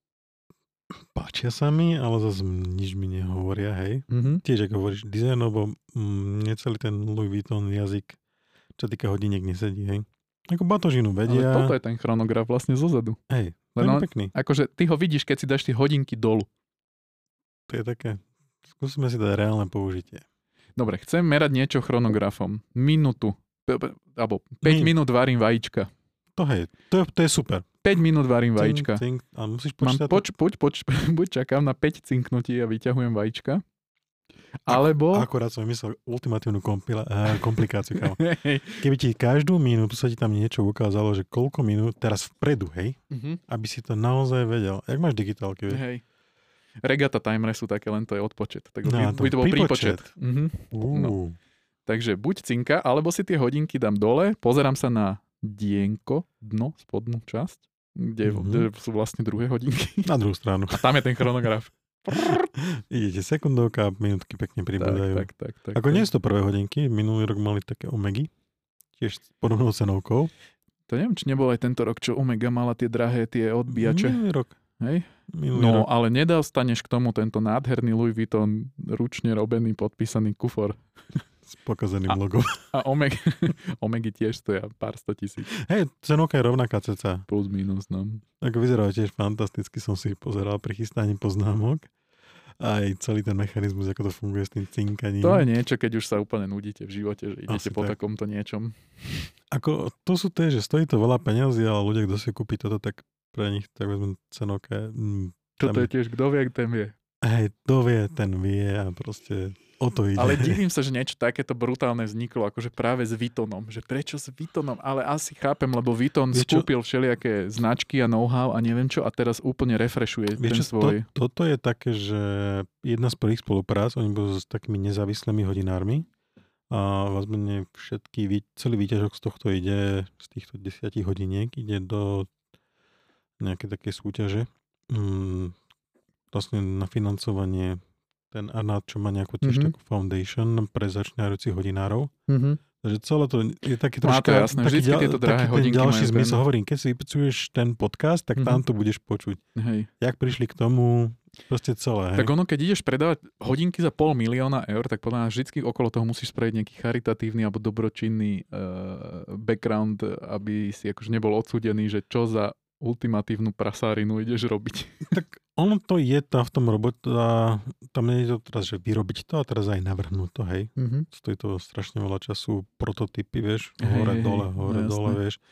Páčia sa mi, ale zase nič mi nehovoria, hej. Mm-hmm. Tiež, ako hovoríš, dizajn, lebo mm, necelý ten Louis Vuitton jazyk, čo týka hodiniek, nesedí, hej. Ako batožinu vedia.
Ale toto je ten chronograf vlastne zozadu.
Hej,
to je
pekný.
Akože ty ho vidíš, keď si dáš tie hodinky dolu.
To je také, skúsime si dať reálne použitie.
Dobre, chcem merať niečo chronografom. Minútu, alebo päť Min. minút varím vajíčka.
To hej, to je, to je super.
päť minút varím vajíčka.
Cink, cink, a musíš počítať...
Mám, poč, poč, poč, buď čakám na päť cinknutí a vyťahujem vajíčka, alebo...
Akorát som myslel ultimatívnu kompila- komplikáciu. Keby ti každú minútu sa ti tam niečo ukázalo, že koľko minút, teraz vpredu, hej, uh-huh. aby si to naozaj vedel. Jak máš digitálky, vieš?
Hej. Regata timere sú také, len to je odpočet. Tak no, by, by to bol prípočet. Uh-huh. Uh. No. Takže buď cinka, alebo si tie hodinky dám dole, pozerám sa na dienko, dno, spodnú časť, kde, mm-hmm. kde sú vlastne druhé hodinky.
Na druhú stranu.
A tam je ten chronograf.
Idete sekundovka a minútky pekne pribúdajú.
Tak, tak, tak, tak,
Ako
tak.
nie sú to prvé hodinky, minulý rok mali také Omegy, tiež s podobnou cenovkou.
To neviem, či nebol aj tento rok, čo Omega mala tie drahé, tie odbíjače.
Minulý rok.
Hej?
Minulý
no,
rok.
ale nedostaneš k tomu tento nádherný Louis Vuitton ručne robený, podpísaný kufor.
S pokazeným logom.
A Omega, Omegy tiež stoja pár sto tisíc.
Hej, cenovka je rovnaká ceca.
Plus, minus, no.
Ako vyzeralo tiež fantasticky, som si pozeral pri chystaní poznámok. Aj celý ten mechanizmus, ako to funguje s tým cinkaním.
To je niečo, keď už sa úplne nudíte v živote, že idete Asi po tak. takomto niečom.
Ako, to sú tie, že stojí to veľa peniazy, ale ľudia, kto si kúpi toto, tak pre nich tak vezmem cenovka. Mm,
Toto je tiež, kto vie, ten vie.
Hej, to vie, ten vie a proste o to ide.
Ale divím sa, že niečo takéto brutálne vzniklo, akože práve s Vuittonom. Že prečo s Vuittonom? Ale asi chápem, lebo Vuitton
Vieš
skúpil všelijaké značky a know-how a neviem čo a teraz úplne refreshuje ten
Vieš,
svoj.
To, toto je také, že jedna z prvých spoluprác, oni boli s takými nezávislými hodinármi a vlastne všetky, celý výťažok z tohto ide, z týchto desiatich hodiniek, ide do nejaké také súťaže. Mm, vlastne na financovanie ten Arnaud, čo má nejakú tiež mm-hmm. takú foundation pre začínajúcich hodinárov. Mm-hmm. Takže celé to je taký troška...
Má to jasné, vždycky tieto drahé hodinky
ten ďalší
majú
zmysel.
ten...
Hovorím, keď si vypicuješ ten podcast, tak mm-hmm. tam to budeš počuť.
Hej.
Jak prišli k tomu, proste celé. Hej.
Tak ono, keď ideš predávať hodinky za pol milióna eur, tak podľa mňa vždycky okolo toho musíš spraviť nejaký charitatívny alebo dobročinný uh, background, aby si akože nebol odsúdený, že čo za ultimatívnu prasárinu ideš robiť.
Tak ono to je tam v tom robota, tam nie je to teraz, že vyrobiť to a teraz aj navrhnúť to, hej. Mm-hmm. Stojí to strašne veľa času, prototypy, vieš, hore, hej, dole, hore, no, dole, vieš.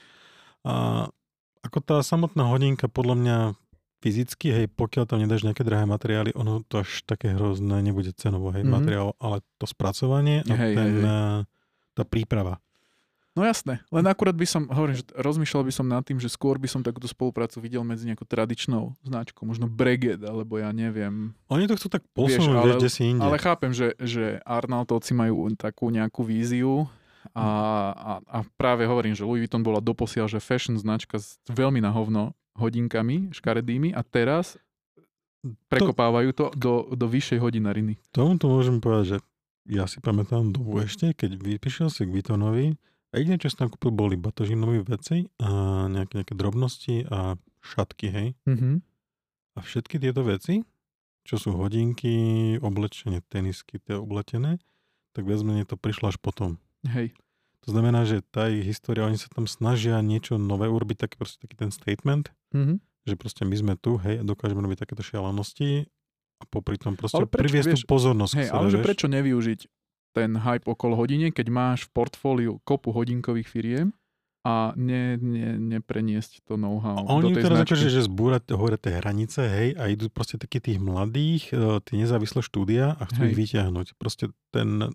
A ako tá samotná hodinka, podľa mňa fyzicky, hej, pokiaľ tam nedáš nejaké drahé materiály, ono to až také hrozné nebude cenovo, hej, mm-hmm. materiál, ale to spracovanie a
hej,
ten,
hej, hej.
tá príprava.
No jasné, len akurát by som, hovorím, že rozmýšľal by som nad tým, že skôr by som takúto spoluprácu videl medzi nejakou tradičnou značkou, možno Breguet, alebo ja neviem.
Oni to chcú tak posunúť, vieš, kde si inde.
Ale chápem, že, že Arnautovci majú takú nejakú víziu a, a, a práve hovorím, že Louis Vuitton bola doposiaľ, že fashion značka s veľmi na hovno hodinkami, škaredými a teraz prekopávajú to do, do vyššej hodinariny.
Tomu to môžem povedať, že ja si pamätám dobu ešte, keď vypišiel si k Vuittonovi, a jediné, čo som tam kúpil, boli batožinové veci a nejaké, nejaké drobnosti a šatky, hej. Mm-hmm. A všetky tieto veci, čo sú hodinky, oblečenie, tenisky, tie obletené, tak viac menej to prišlo až potom.
Hej.
To znamená, že tá ich história, oni sa tam snažia niečo nové urobiť, taký, proste, taký ten statement, mm-hmm. že proste my sme tu, hej, a dokážeme robiť takéto šialenosti a popri tom proste priviesť tú pozornosť.
Hej, ale že prečo nevyužiť ten hype okolo hodine, keď máš v portfóliu kopu hodinkových firiem a ne, ne, nepreniesť to know-how
Oni
do tej
teraz
značky.
akože, že zbúrať hore tie hranice, hej, a idú proste takí tých mladých, tie nezávislé štúdia a chcú hej. ich vyťahnuť. Proste ten...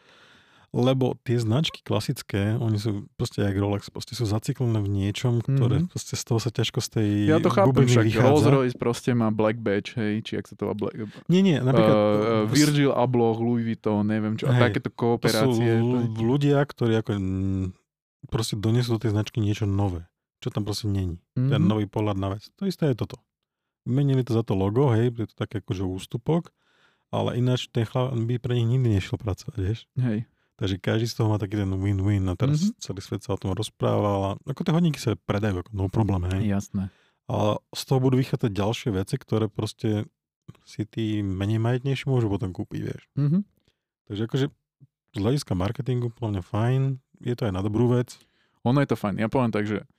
Lebo tie značky klasické, oni sú proste jak Rolex, proste sú zaciklené v niečom, ktoré mm-hmm. proste z toho sa ťažko z tej
ja to chápem, však
vychádza.
Rolls-Royce proste má Black Badge, hej, či jak sa to má Black...
Nie, nie, napríklad...
Uh, Virgil Abloh, Louis Vuitton, neviem čo, hej, a takéto kooperácie.
To sú ľudia, ktorí ako proste donesú do tej značky niečo nové, čo tam proste není. Mm-hmm. Ten nový pohľad na vec. To isté je toto. Menili to za to logo, hej, je to také akože ústupok, ale ináč ten chlap by pre nich nikdy nešiel pracovať, vieš.
Hej.
Takže každý z toho má taký ten win-win a teraz mm-hmm. celý svet sa o tom rozprával a ako tie hodinky sa predajú, ako no problém, hej.
Jasné.
A z toho budú vychádzať ďalšie veci, ktoré proste si tí menej majetnejší môžu potom kúpiť, vieš. Mm-hmm. Takže akože z hľadiska marketingu podľa mňa fajn, je to aj na dobrú vec.
Ono je to fajn, ja poviem tak, že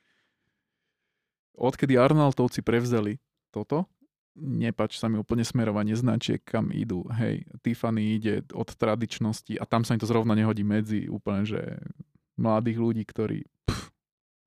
odkedy Arnautovci prevzali toto, nepáči sa mi úplne smerovanie značiek, kam idú. Hej, Tiffany ide od tradičnosti a tam sa mi to zrovna nehodí medzi úplne, že mladých ľudí, ktorí pff,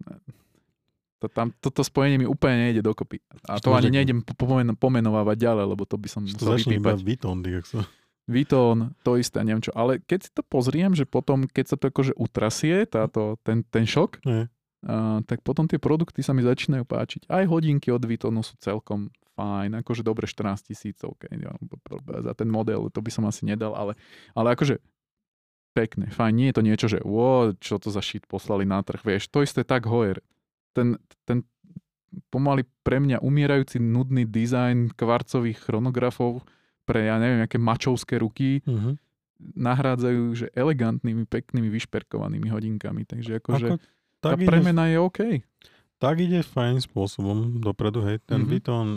to, tam, toto spojenie mi úplne nejde dokopy. A to ani nejdem pomen- pomenovávať ďalej, lebo to by som musel vypípať.
Vuitton,
Vuitton, to isté, neviem čo. Ale keď si to pozriem, že potom, keď sa to akože utrasie, táto, ten, ten šok, uh, tak potom tie produkty sa mi začínajú páčiť. Aj hodinky od Vuittonu sú celkom fajn, akože dobre štrnásť tisíc, okay, ja, za ten model, to by som asi nedal, ale, ale akože pekné, fajn, nie je to niečo, že wow, čo to za shit poslali na trh, vieš, to isté tak Heuer. Ten, ten pomaly pre mňa umierajúci nudný dizajn kvarcových chronografov pre, ja neviem, aké mačovské ruky uh-huh. nahrádzajú, že elegantnými, peknými, vyšperkovanými hodinkami, takže akože Ako, tá premena je OK.
Tak ide fajn spôsobom dopredu, hej, ten mm-hmm. Vuitton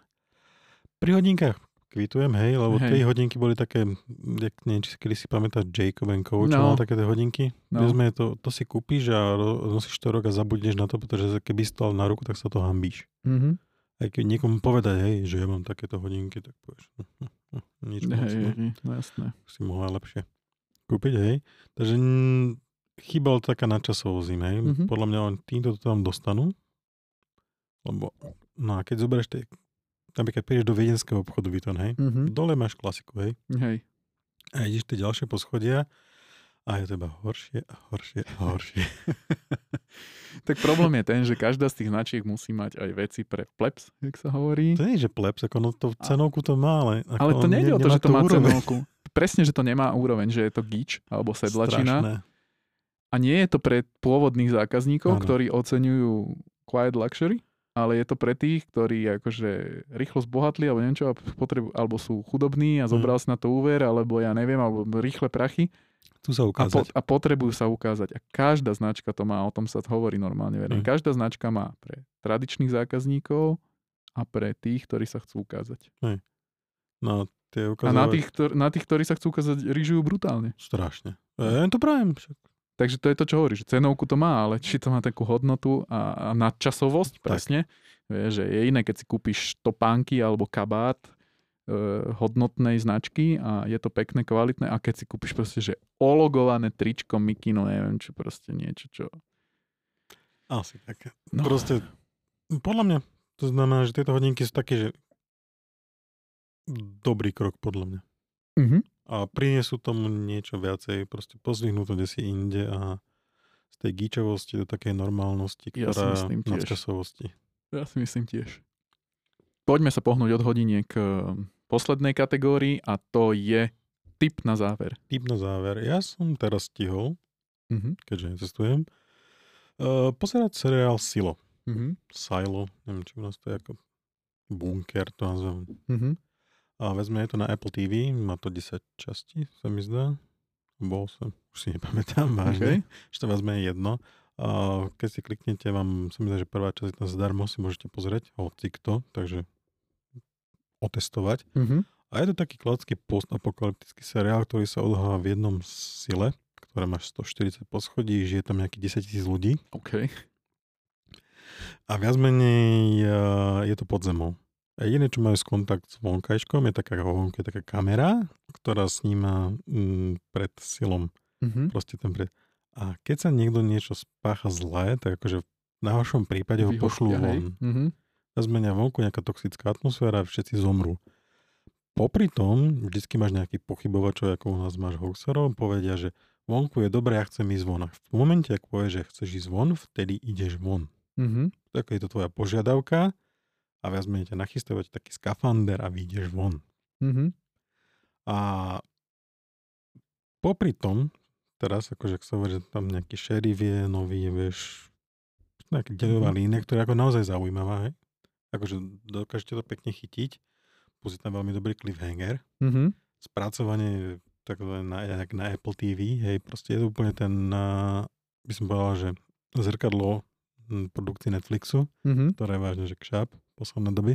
pri hodinkách kvitujem, hej, lebo hej. tie hodinky boli také, neviem, či kedy si pamätáš Jacob and Co, čo no. mal také tie hodinky. No. Sme to, to si kúpiš a nosíš to rok a zabudneš na to, pretože keby stal na ruku, tak sa to hambíš. Mm-hmm. Aj keď niekomu povedať, hej, že ja mám takéto hodinky, tak povieš, hm, hm, hm, nič moc,
hej, no. hej, no jasné. Si
mohla lepšie kúpiť, hej. Takže m, chýbal taká nadčasovosť, hej. Mm-hmm. Podľa mňa len týmto to tam dostanú, lebo, no a keď zoberieš tie napríklad prídeš do viedenského obchodu Vuitton, hej?
Mm-hmm.
Dole máš klasiku, hej?
Hej.
A ideš tie ďalšie poschodia a je to iba horšie a horšie a horšie.
Tak problém je ten, že každá z tých značiek musí mať aj veci pre plebs, jak sa hovorí.
To nie je, že plebs, ako no to cenovku to má, ale... Ako
ale to nejde
ne,
o to, že to má
úroveň.
cenovku. Presne, že to nemá úroveň, že je to gič alebo sedlačina.
Strašné.
A nie je to pre pôvodných zákazníkov,
Áno.
ktorí oceňujú quiet luxury, ale je to pre tých, ktorí akože rýchlo zbohatli, alebo neviem čo, potrebu, alebo sú chudobní a zobral si na to úver, alebo ja neviem, alebo rýchle prachy.
Tu sa
A, po,
ukázať.
a potrebujú sa ukázať. A každá značka to má, o tom sa hovorí normálne. Mm. Každá značka má pre tradičných zákazníkov a pre tých, ktorí sa chcú ukázať.
Hej. No, tie ukazovať...
A na tých, ktor- na tých, ktorí sa chcú ukázať, ryžujú brutálne.
Strašne. Ja to prajem.
Takže to je to, čo hovorí, že cenovku to má, ale či to má takú hodnotu a, a nadčasovosť, presne. Vieš, že je iné, keď si kúpiš topánky alebo kabát e, hodnotnej značky a je to pekné, kvalitné, a keď si kúpiš proste, že ologované tričko Mikino, neviem, čo proste niečo, čo...
Asi tak.
No.
Proste, podľa mňa, to znamená, že tieto hodinky sú také, že dobrý krok, podľa mňa.
Mhm.
A prinesú tomu niečo viacej, proste pozvihnú to desi inde a z tej gíčovosti do takej normálnosti,
Ja si
ktorá
myslím tiež.
nadčasovosti.
Ja si myslím tiež. Poďme sa pohnúť od hodiniek k poslednej kategórii a to je tip na záver.
Tip na záver. Ja som teraz stihol,
Mhm.
keďže necestujem, uh, pozerať seriál Silo.
Mhm.
Silo, neviem, či u nás to je ako bunker, to nazvem.
Mhm.
A vezme je to na Apple tí ví, má to desať častí, sa mi zdá. Bol som, už si nepamätám, vážne. Okay. Ešte vezme jedno. A keď si kliknete, vám sa mi zdá, že prvá časť je zadarmo, si môžete pozrieť, hoci kto, takže otestovať.
Mhm.
A je to taký klasický postapokalyptický seriál, ktorý sa odohráva v jednom sile, ktoré máš stoštyridsať poschodí, žije tam nejakých desaťtisíc ľudí.
OK.
A viac menej je to pod zemou. A jediné, čo majú s kontakt s vonkajškom, je taká, je taká kamera, ktorá sníma mm, pred silom.
Mhm.
Proste ten pred... A keď sa niekto niečo spácha zlé, tak akože na vašom prípade ho pošlú von.
Mhm.
Zmenia vonku nejaká toxická atmosféra a všetci zomrú. Popri tom, vždycky máš nejaký pochybovačov, ako u nás máš hoaxerov, povedia, že vonku je dobré, ja chcem ísť von. A v momente, ak povieš, že chceš ísť von, vtedy ideš von.
Mhm.
Tak je to tvoja požiadavka a viac menej ťa nachystovať taký skafander a vyjdeš von.
Mhm.
A popri tom, teraz akože ak sa hovorí, že tam nejaký šerif je nový, vieš, nejaká dejová línia, ktorá je ako naozaj zaujímavá, hej? Akože dokážete to pekne chytiť, plus je tam veľmi dobrý cliffhanger.
Mhm.
Spracovanie takové na, jak na Apple tí ví, hej, proste je to úplne ten, na, by som povedal, že zrkadlo produkcie Netflixu,
Mhm.
ktoré je vážne, že kšáp posledné doby.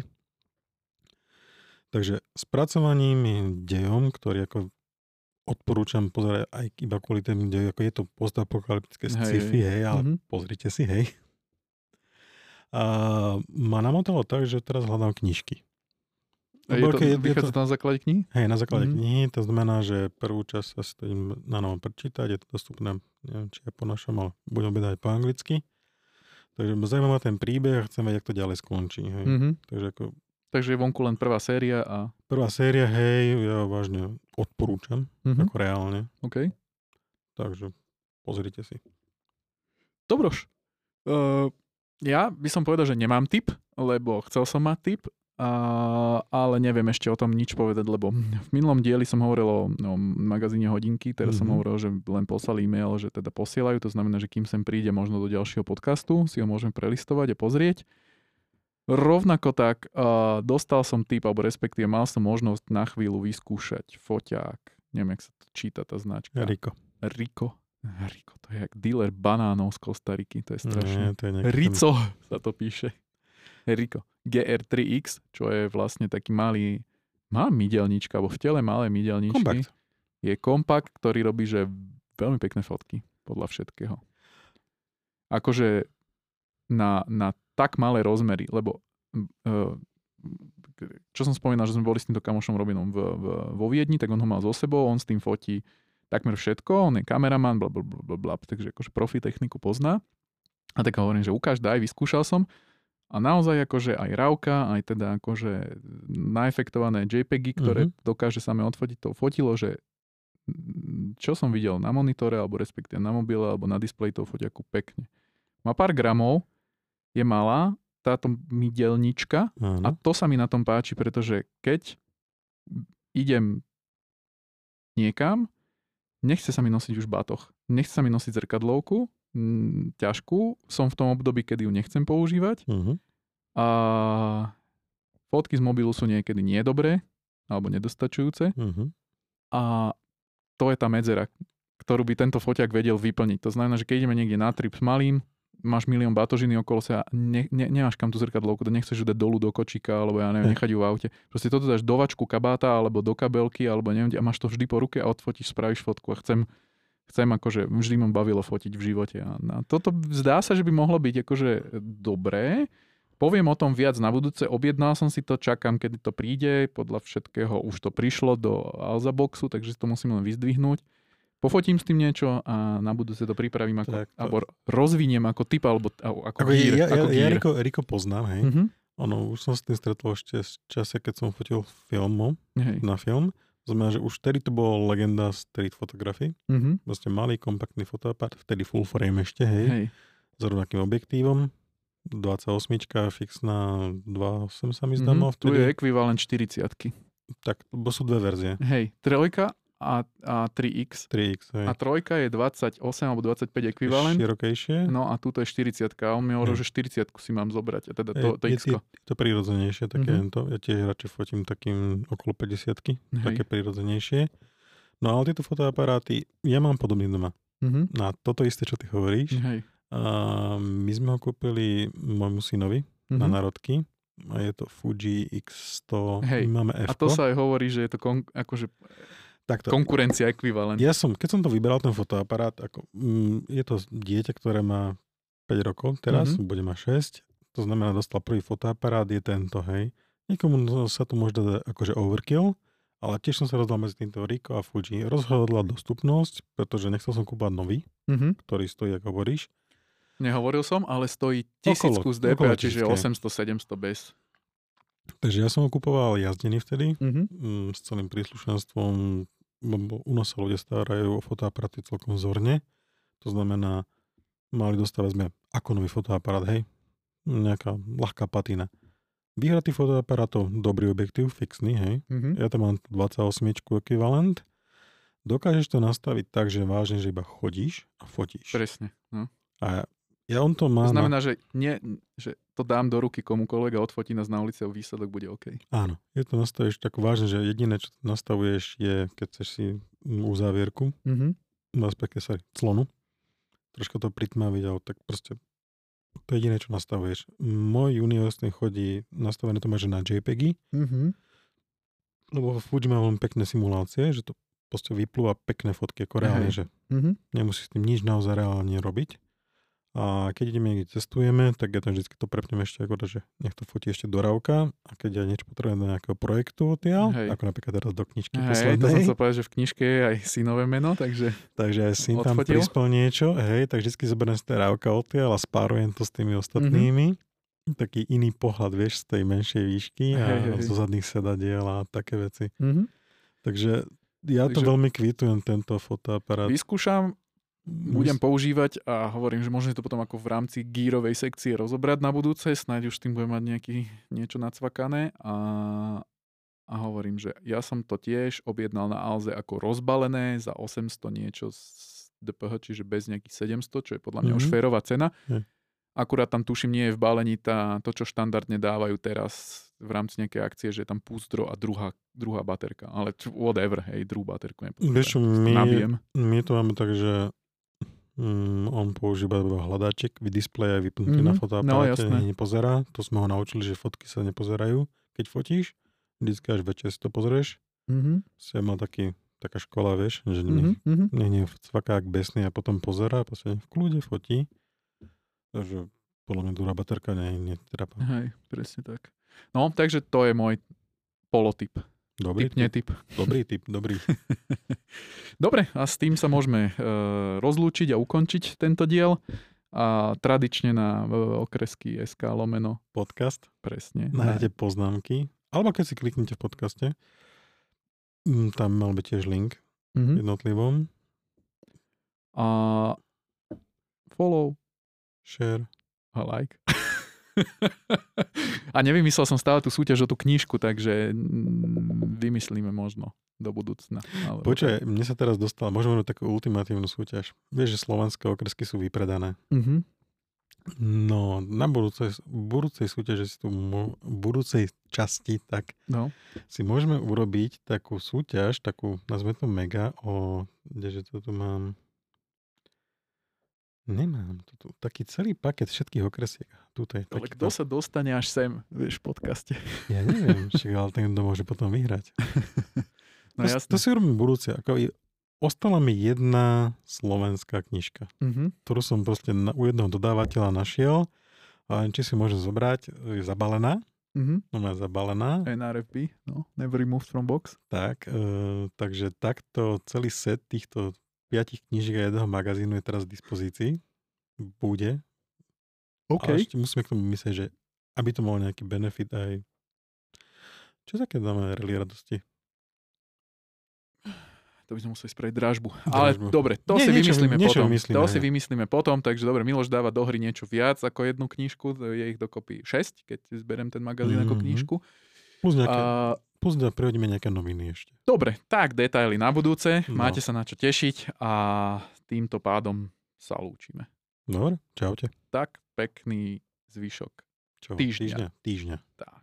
Takže spracovaním je dejom, ktorý ako odporúčam pozerať aj iba kvôli tým deju, ako je to postapokalyptické sci-fi, hej, ale
Mhm.
pozrite si, hej. A ma namotalo tak, že teraz hľadám knižky.
A je
Lebo
to,
keď je
vychádza
to-
to na základe knihy?
Hej, na základe
Mhm.
knihy, to znamená, že prvú časť sa si to idem na novo prečítať, je to dostupné, neviem, či je po našom, ale budem objednať po anglicky. Takže ma zaujíma ten príbeh a chcem vedieť, jak to ďalej skončí. Hej.
Mhm.
Takže ako
Takže je vonku len prvá séria a...
prvá séria, hej, ja vážne odporúčam,
Mhm.
ako reálne.
OK.
Takže pozrite si.
Dobroš. Uh, ja by som povedal, že nemám tip, lebo chcel som mať tip, a, ale neviem ešte o tom nič povedať, lebo v minulom dieli som hovoril o, o magazíne Hodinky, teraz mm-hmm. som hovoril, že len poslali e-mail, že teda posielajú, to znamená, že kým sem príde možno do ďalšieho podcastu, si ho môžem prelistovať a pozrieť. Rovnako tak uh, dostal som tip, alebo respektíve mal som možnosť na chvíľu vyskúšať foťák. Neviem, jak sa to číta tá značka.
Riko.
Riko. Riko, to je jak dealer banánov z Kostariky, to je strašné.
Nie, to je nejaký
Rico sa to píše. Riko. gé er tri iks, čo je vlastne taký malý, má mydelníčka, alebo v tele malé mydelníčky.
Kompakt.
Je kompakt, ktorý robí, že veľmi pekné fotky, podľa všetkého. Akože na, na tak malé rozmery, lebo uh, čo som spomínal, že sme boli s týmto kamošom Robinom v, v, vo Viedni, tak on ho mal so sebou, on s tým fotí takmer všetko, on je kameraman, blablabla, takže akože profi techniku pozná. A tak hovorím, že ukáž, daj, vyskúšal som A naozaj akože aj rávka, aj teda akože naefektované JPEGy, ktoré uh-huh. dokáže same odfotiť, to fotilo, že čo som videl na monitore, alebo respektíve na mobile, alebo na displeji, to fotí ako pekne. Má pár gramov, je malá, táto mydelnička uh-huh. a to sa mi na tom páči, pretože keď idem niekam, nechce sa mi nosiť už batoh. Nechce sa mi nosiť zrkadlovku, m, ťažkú. Som v tom období, kedy ju nechcem používať. Uh-huh. A fotky z mobilu sú niekedy nedobré alebo nedostačujúce. Uh-huh. A to je tá medzera, ktorú by tento foťák vedel vyplniť. To znamená, že keď ideme niekde na trip s malým, máš milión batožiny okolo sa a ne, ne, nemáš kam tú zrkadlovku, to nechceš ju dať dolu do kočíka, alebo ja neviem, nechať ju v aute. Proste toto dáš do vačku kabáta, alebo do kabelky, alebo neviem, a máš to vždy po ruke a odfotíš, spravíš fotku a chcem, chcem akože, vždy ma bavilo fotiť v živote. A toto zdá sa, že by mohlo byť akože dobré. Poviem o tom viac na budúce, objednal som si to, čakám, kedy to príde, podľa všetkého už to prišlo do Alzaboxu, takže si to musím len vyzdvihnúť. Pofotím s tým niečo a na budúce to pripravím ako, tak, to... alebo rozviniem ako typ, alebo ako, ako gír.
Ja,
ako
ja, ja
gír.
Riko, Riko poznám, hej. Mm-hmm. Ono, už som s tým stretol ešte v čase, keď som fotil filmom, hej. na film. Znamená, že už vtedy to bolo legenda street photography. Mm-hmm. Vlastne malý, kompaktný fotoapart, vtedy full frame ešte, hej. hej. S rovnakým objektívom. dvadsaťosem fixná dva osem sa mi zdá. Mm-hmm.
Tu je ekvivalent štyridsiatky.
Tak, bo sú dve verzie.
Hej, trojka a, a tri iks.
tri iks, hej.
A trojka je dvadsaťosem alebo dvadsaťpäť ekvivalent.
Širokejšie.
No a túto je štyridsiatka. A on mi hovoril, že štyridsiatku si mám zobrať. A teda to, to
je,
X-ko.
Je, je to prirodzenejšie, také mm-hmm. to. Ja tiež radšej fotím takým okolo päťdesiatky. Hej. Také prirodzenejšie. No ale tieto fotoaparáty, ja mám podobný doma. Mm-hmm. Na toto isté, čo ty hovoríš. Hej. A my sme ho kúpili môjmu synovi mm-hmm. na národky. A je to Fuji iks sto.
Hej.
My máme F-ko.
A to sa aj hovorí, že je to kon, akože Takto. konkurencia ekvivalent.
Ja som, keď som to vyberal, ten fotoaparát, ako, mm, je to dieťa, ktoré má päť rokov teraz, mm-hmm. bude mať šesť. To znamená, dostal prvý fotoaparát, je tento, hej. Niekomu sa tu môže dať akože overkill, ale tiež som sa rozhodol medzi týmto Ricoh a Fuji. Rozhodla dostupnosť, pretože nechcel som kúpať nový, mm-hmm. ktorý stojí, ako hovoríš.
Nehovoril som, ale stojí tisícku z dé pé á, čiže osemsto sedemsto bez.
Takže ja som ho kupoval jazdený vtedy, mm-hmm. s celým príslušenstvom, lebo u nás sa ľudia starajú o fotoaparáty celkom zorne. To znamená, mali dostávať sme ako nový fotoaparát, hej, nejaká ľahká patina. Vyhratý fotoaparátov, dobrý objektív, fixný, hej. Mm-hmm. Ja tam mám dvadsaťosem ekvivalent. Dokážeš to nastaviť tak, že vážne, že iba chodíš a fotíš.
Presne, no.
A ja on to má...
To znamená, na... že, nie, že to dám do ruky komukoľvek a odfotí nás na ulici a výsledok bude OK.
Áno, je to nastavíš tak vážne, že jediné, čo nastavuješ je, keď chceš si uzávierku, mm-hmm. respektíve sa clonu, troška to pritmaviť, ale tak proste to je jediné, čo nastavuješ. Môj univerzitný chodí nastavené to má, že na JPEGy, mm-hmm. lebo Fuji má veľmi pekné simulácie, že to proste vyplúva pekné fotky, ako reálne, že mm-hmm. nemusíš s tým nič naozaj reálne robiť. A keď ideme niekde cestujeme, tak ja tam vždy to prepnem ešte ako, že nech to fotí ešte do rávka a keď ja niečo potrebujem do nejakého projektu odtiaľ, ako napríklad teraz do knižky hej, poslednej.
To som sa povedal, že v knižke je aj synové meno, takže
takže aj syn tam prispel niečo, hej, tak vždy zoberiem z tej rávka odtiaľ a spárujem to s tými ostatnými. Mm-hmm. Taký iný pohľad, vieš, z tej menšej výšky a hej, hej. zo zadných sedadiel a také veci. Mm-hmm. Takže ja takže to veľmi kvitujem, tento fotoaparát.
Vyskúšam, budem používať a hovorím, že možno to potom ako v rámci gírovej sekcie rozobrať na budúce, snáď už s tým budem mať nejaký, niečo nacvakané a, a hovorím, že ja som to tiež objednal na Alze ako rozbalené za osemsto niečo z dé pé há, čiže bez nejakých sedemsto, čo je podľa mňa mm-hmm. už férová cena. Mm. Akurát tam tuším nie je v balení tá, to, čo štandardne dávajú teraz v rámci nejakej akcie, že je tam púzdro a druhá, druhá baterka. Ale whatever, hej, druhú baterku nepotrebujem.
Vieš, my, my to máme tak, že Mm, on používa hľadáček, vy displeje je vypnutý mm-hmm. na fotoaparáte, no, nepozerá. To sme ho naučili, že fotky sa nepozerajú, keď fotíš. Vždycky až večer si to pozrieš. Mm-hmm. Si mal taký, taká škola, vieš, že mm-hmm. nech nie cvakák besný a potom pozerá, potom v kľude fotí. Takže podľa mňa druhá baterka nie, netrapa.
Hej, presne tak. No, takže to je môj polotyp.
Dobrý
typ, netip.
Dobrý typ, dobrý.
Dobre, a s tým sa môžeme uh, rozlúčiť a ukončiť tento diel. a tradične na okresky bodka es ká lomeno
podcast.
Presne.
Nájdete poznámky. Alebo keď si kliknete v podcaste, tam mal byť tiež link mm-hmm. jednotlivom.
A follow,
share
a like. A nevymyslel som stále tú súťaž o tú knižku, takže vymyslíme možno do budúcna.
Počuj, mne sa teraz dostala, môžeme mať takú ultimatívnu súťaž. Vieš, že slovanské okresky sú vypredané.
Mm-hmm.
No, na budúcej, budúcej súťaži si tu mo, budúcej časti, tak
no.
si môžeme urobiť takú súťaž, takú, nazveme to mega, o, kdeže to tu mám, nemám to tu, taký celý paket všetkých okresiek. Tuto je
ale kto sa dostane až sem, vieš, v podcaste?
Ja neviem, však, ale ten, kto môže potom vyhrať.
No
to,
jasne.
To si urobím budúce, ako ostala mi jedna slovenská knižka, mm-hmm. ktorú som proste na, u jedného dodávateľa našiel, a či si môžem zobrať, je zabalená, mm-hmm. no je zabalená.
en er ef bí, no, Never Removed from Box.
Tak, e, takže takto celý set týchto piatich knížiek a jedného magazínu je teraz v dispozícii. Bude.
OK.
Ale ešte musíme k tomu myslieť, že aby to malo nejaký benefit aj... Čo také dáme rally radosti?
To by sme museli spraviť dražbu.
dražbu.
Ale dobre, to
Nie,
si
niečo,
vymyslíme
niečo
potom.
Vymyslíme,
to
hej.
si vymyslíme potom, takže dobre, Miloš dáva do hry niečo viac ako jednu knižku, je ich dokopy šesť, keď si zberiem ten magazín mm-hmm. ako knižku.
Plus nejaké... A... Plus da prehodíme nejaké noviny ešte.
Dobre, tak detaily na budúce.
No.
Máte sa na čo tešiť a týmto pádom sa lúčime.
Dobre, čaute.
Tak pekný zvyšok
Čo?
týždňa.
Týždňa. týždňa.
Tak.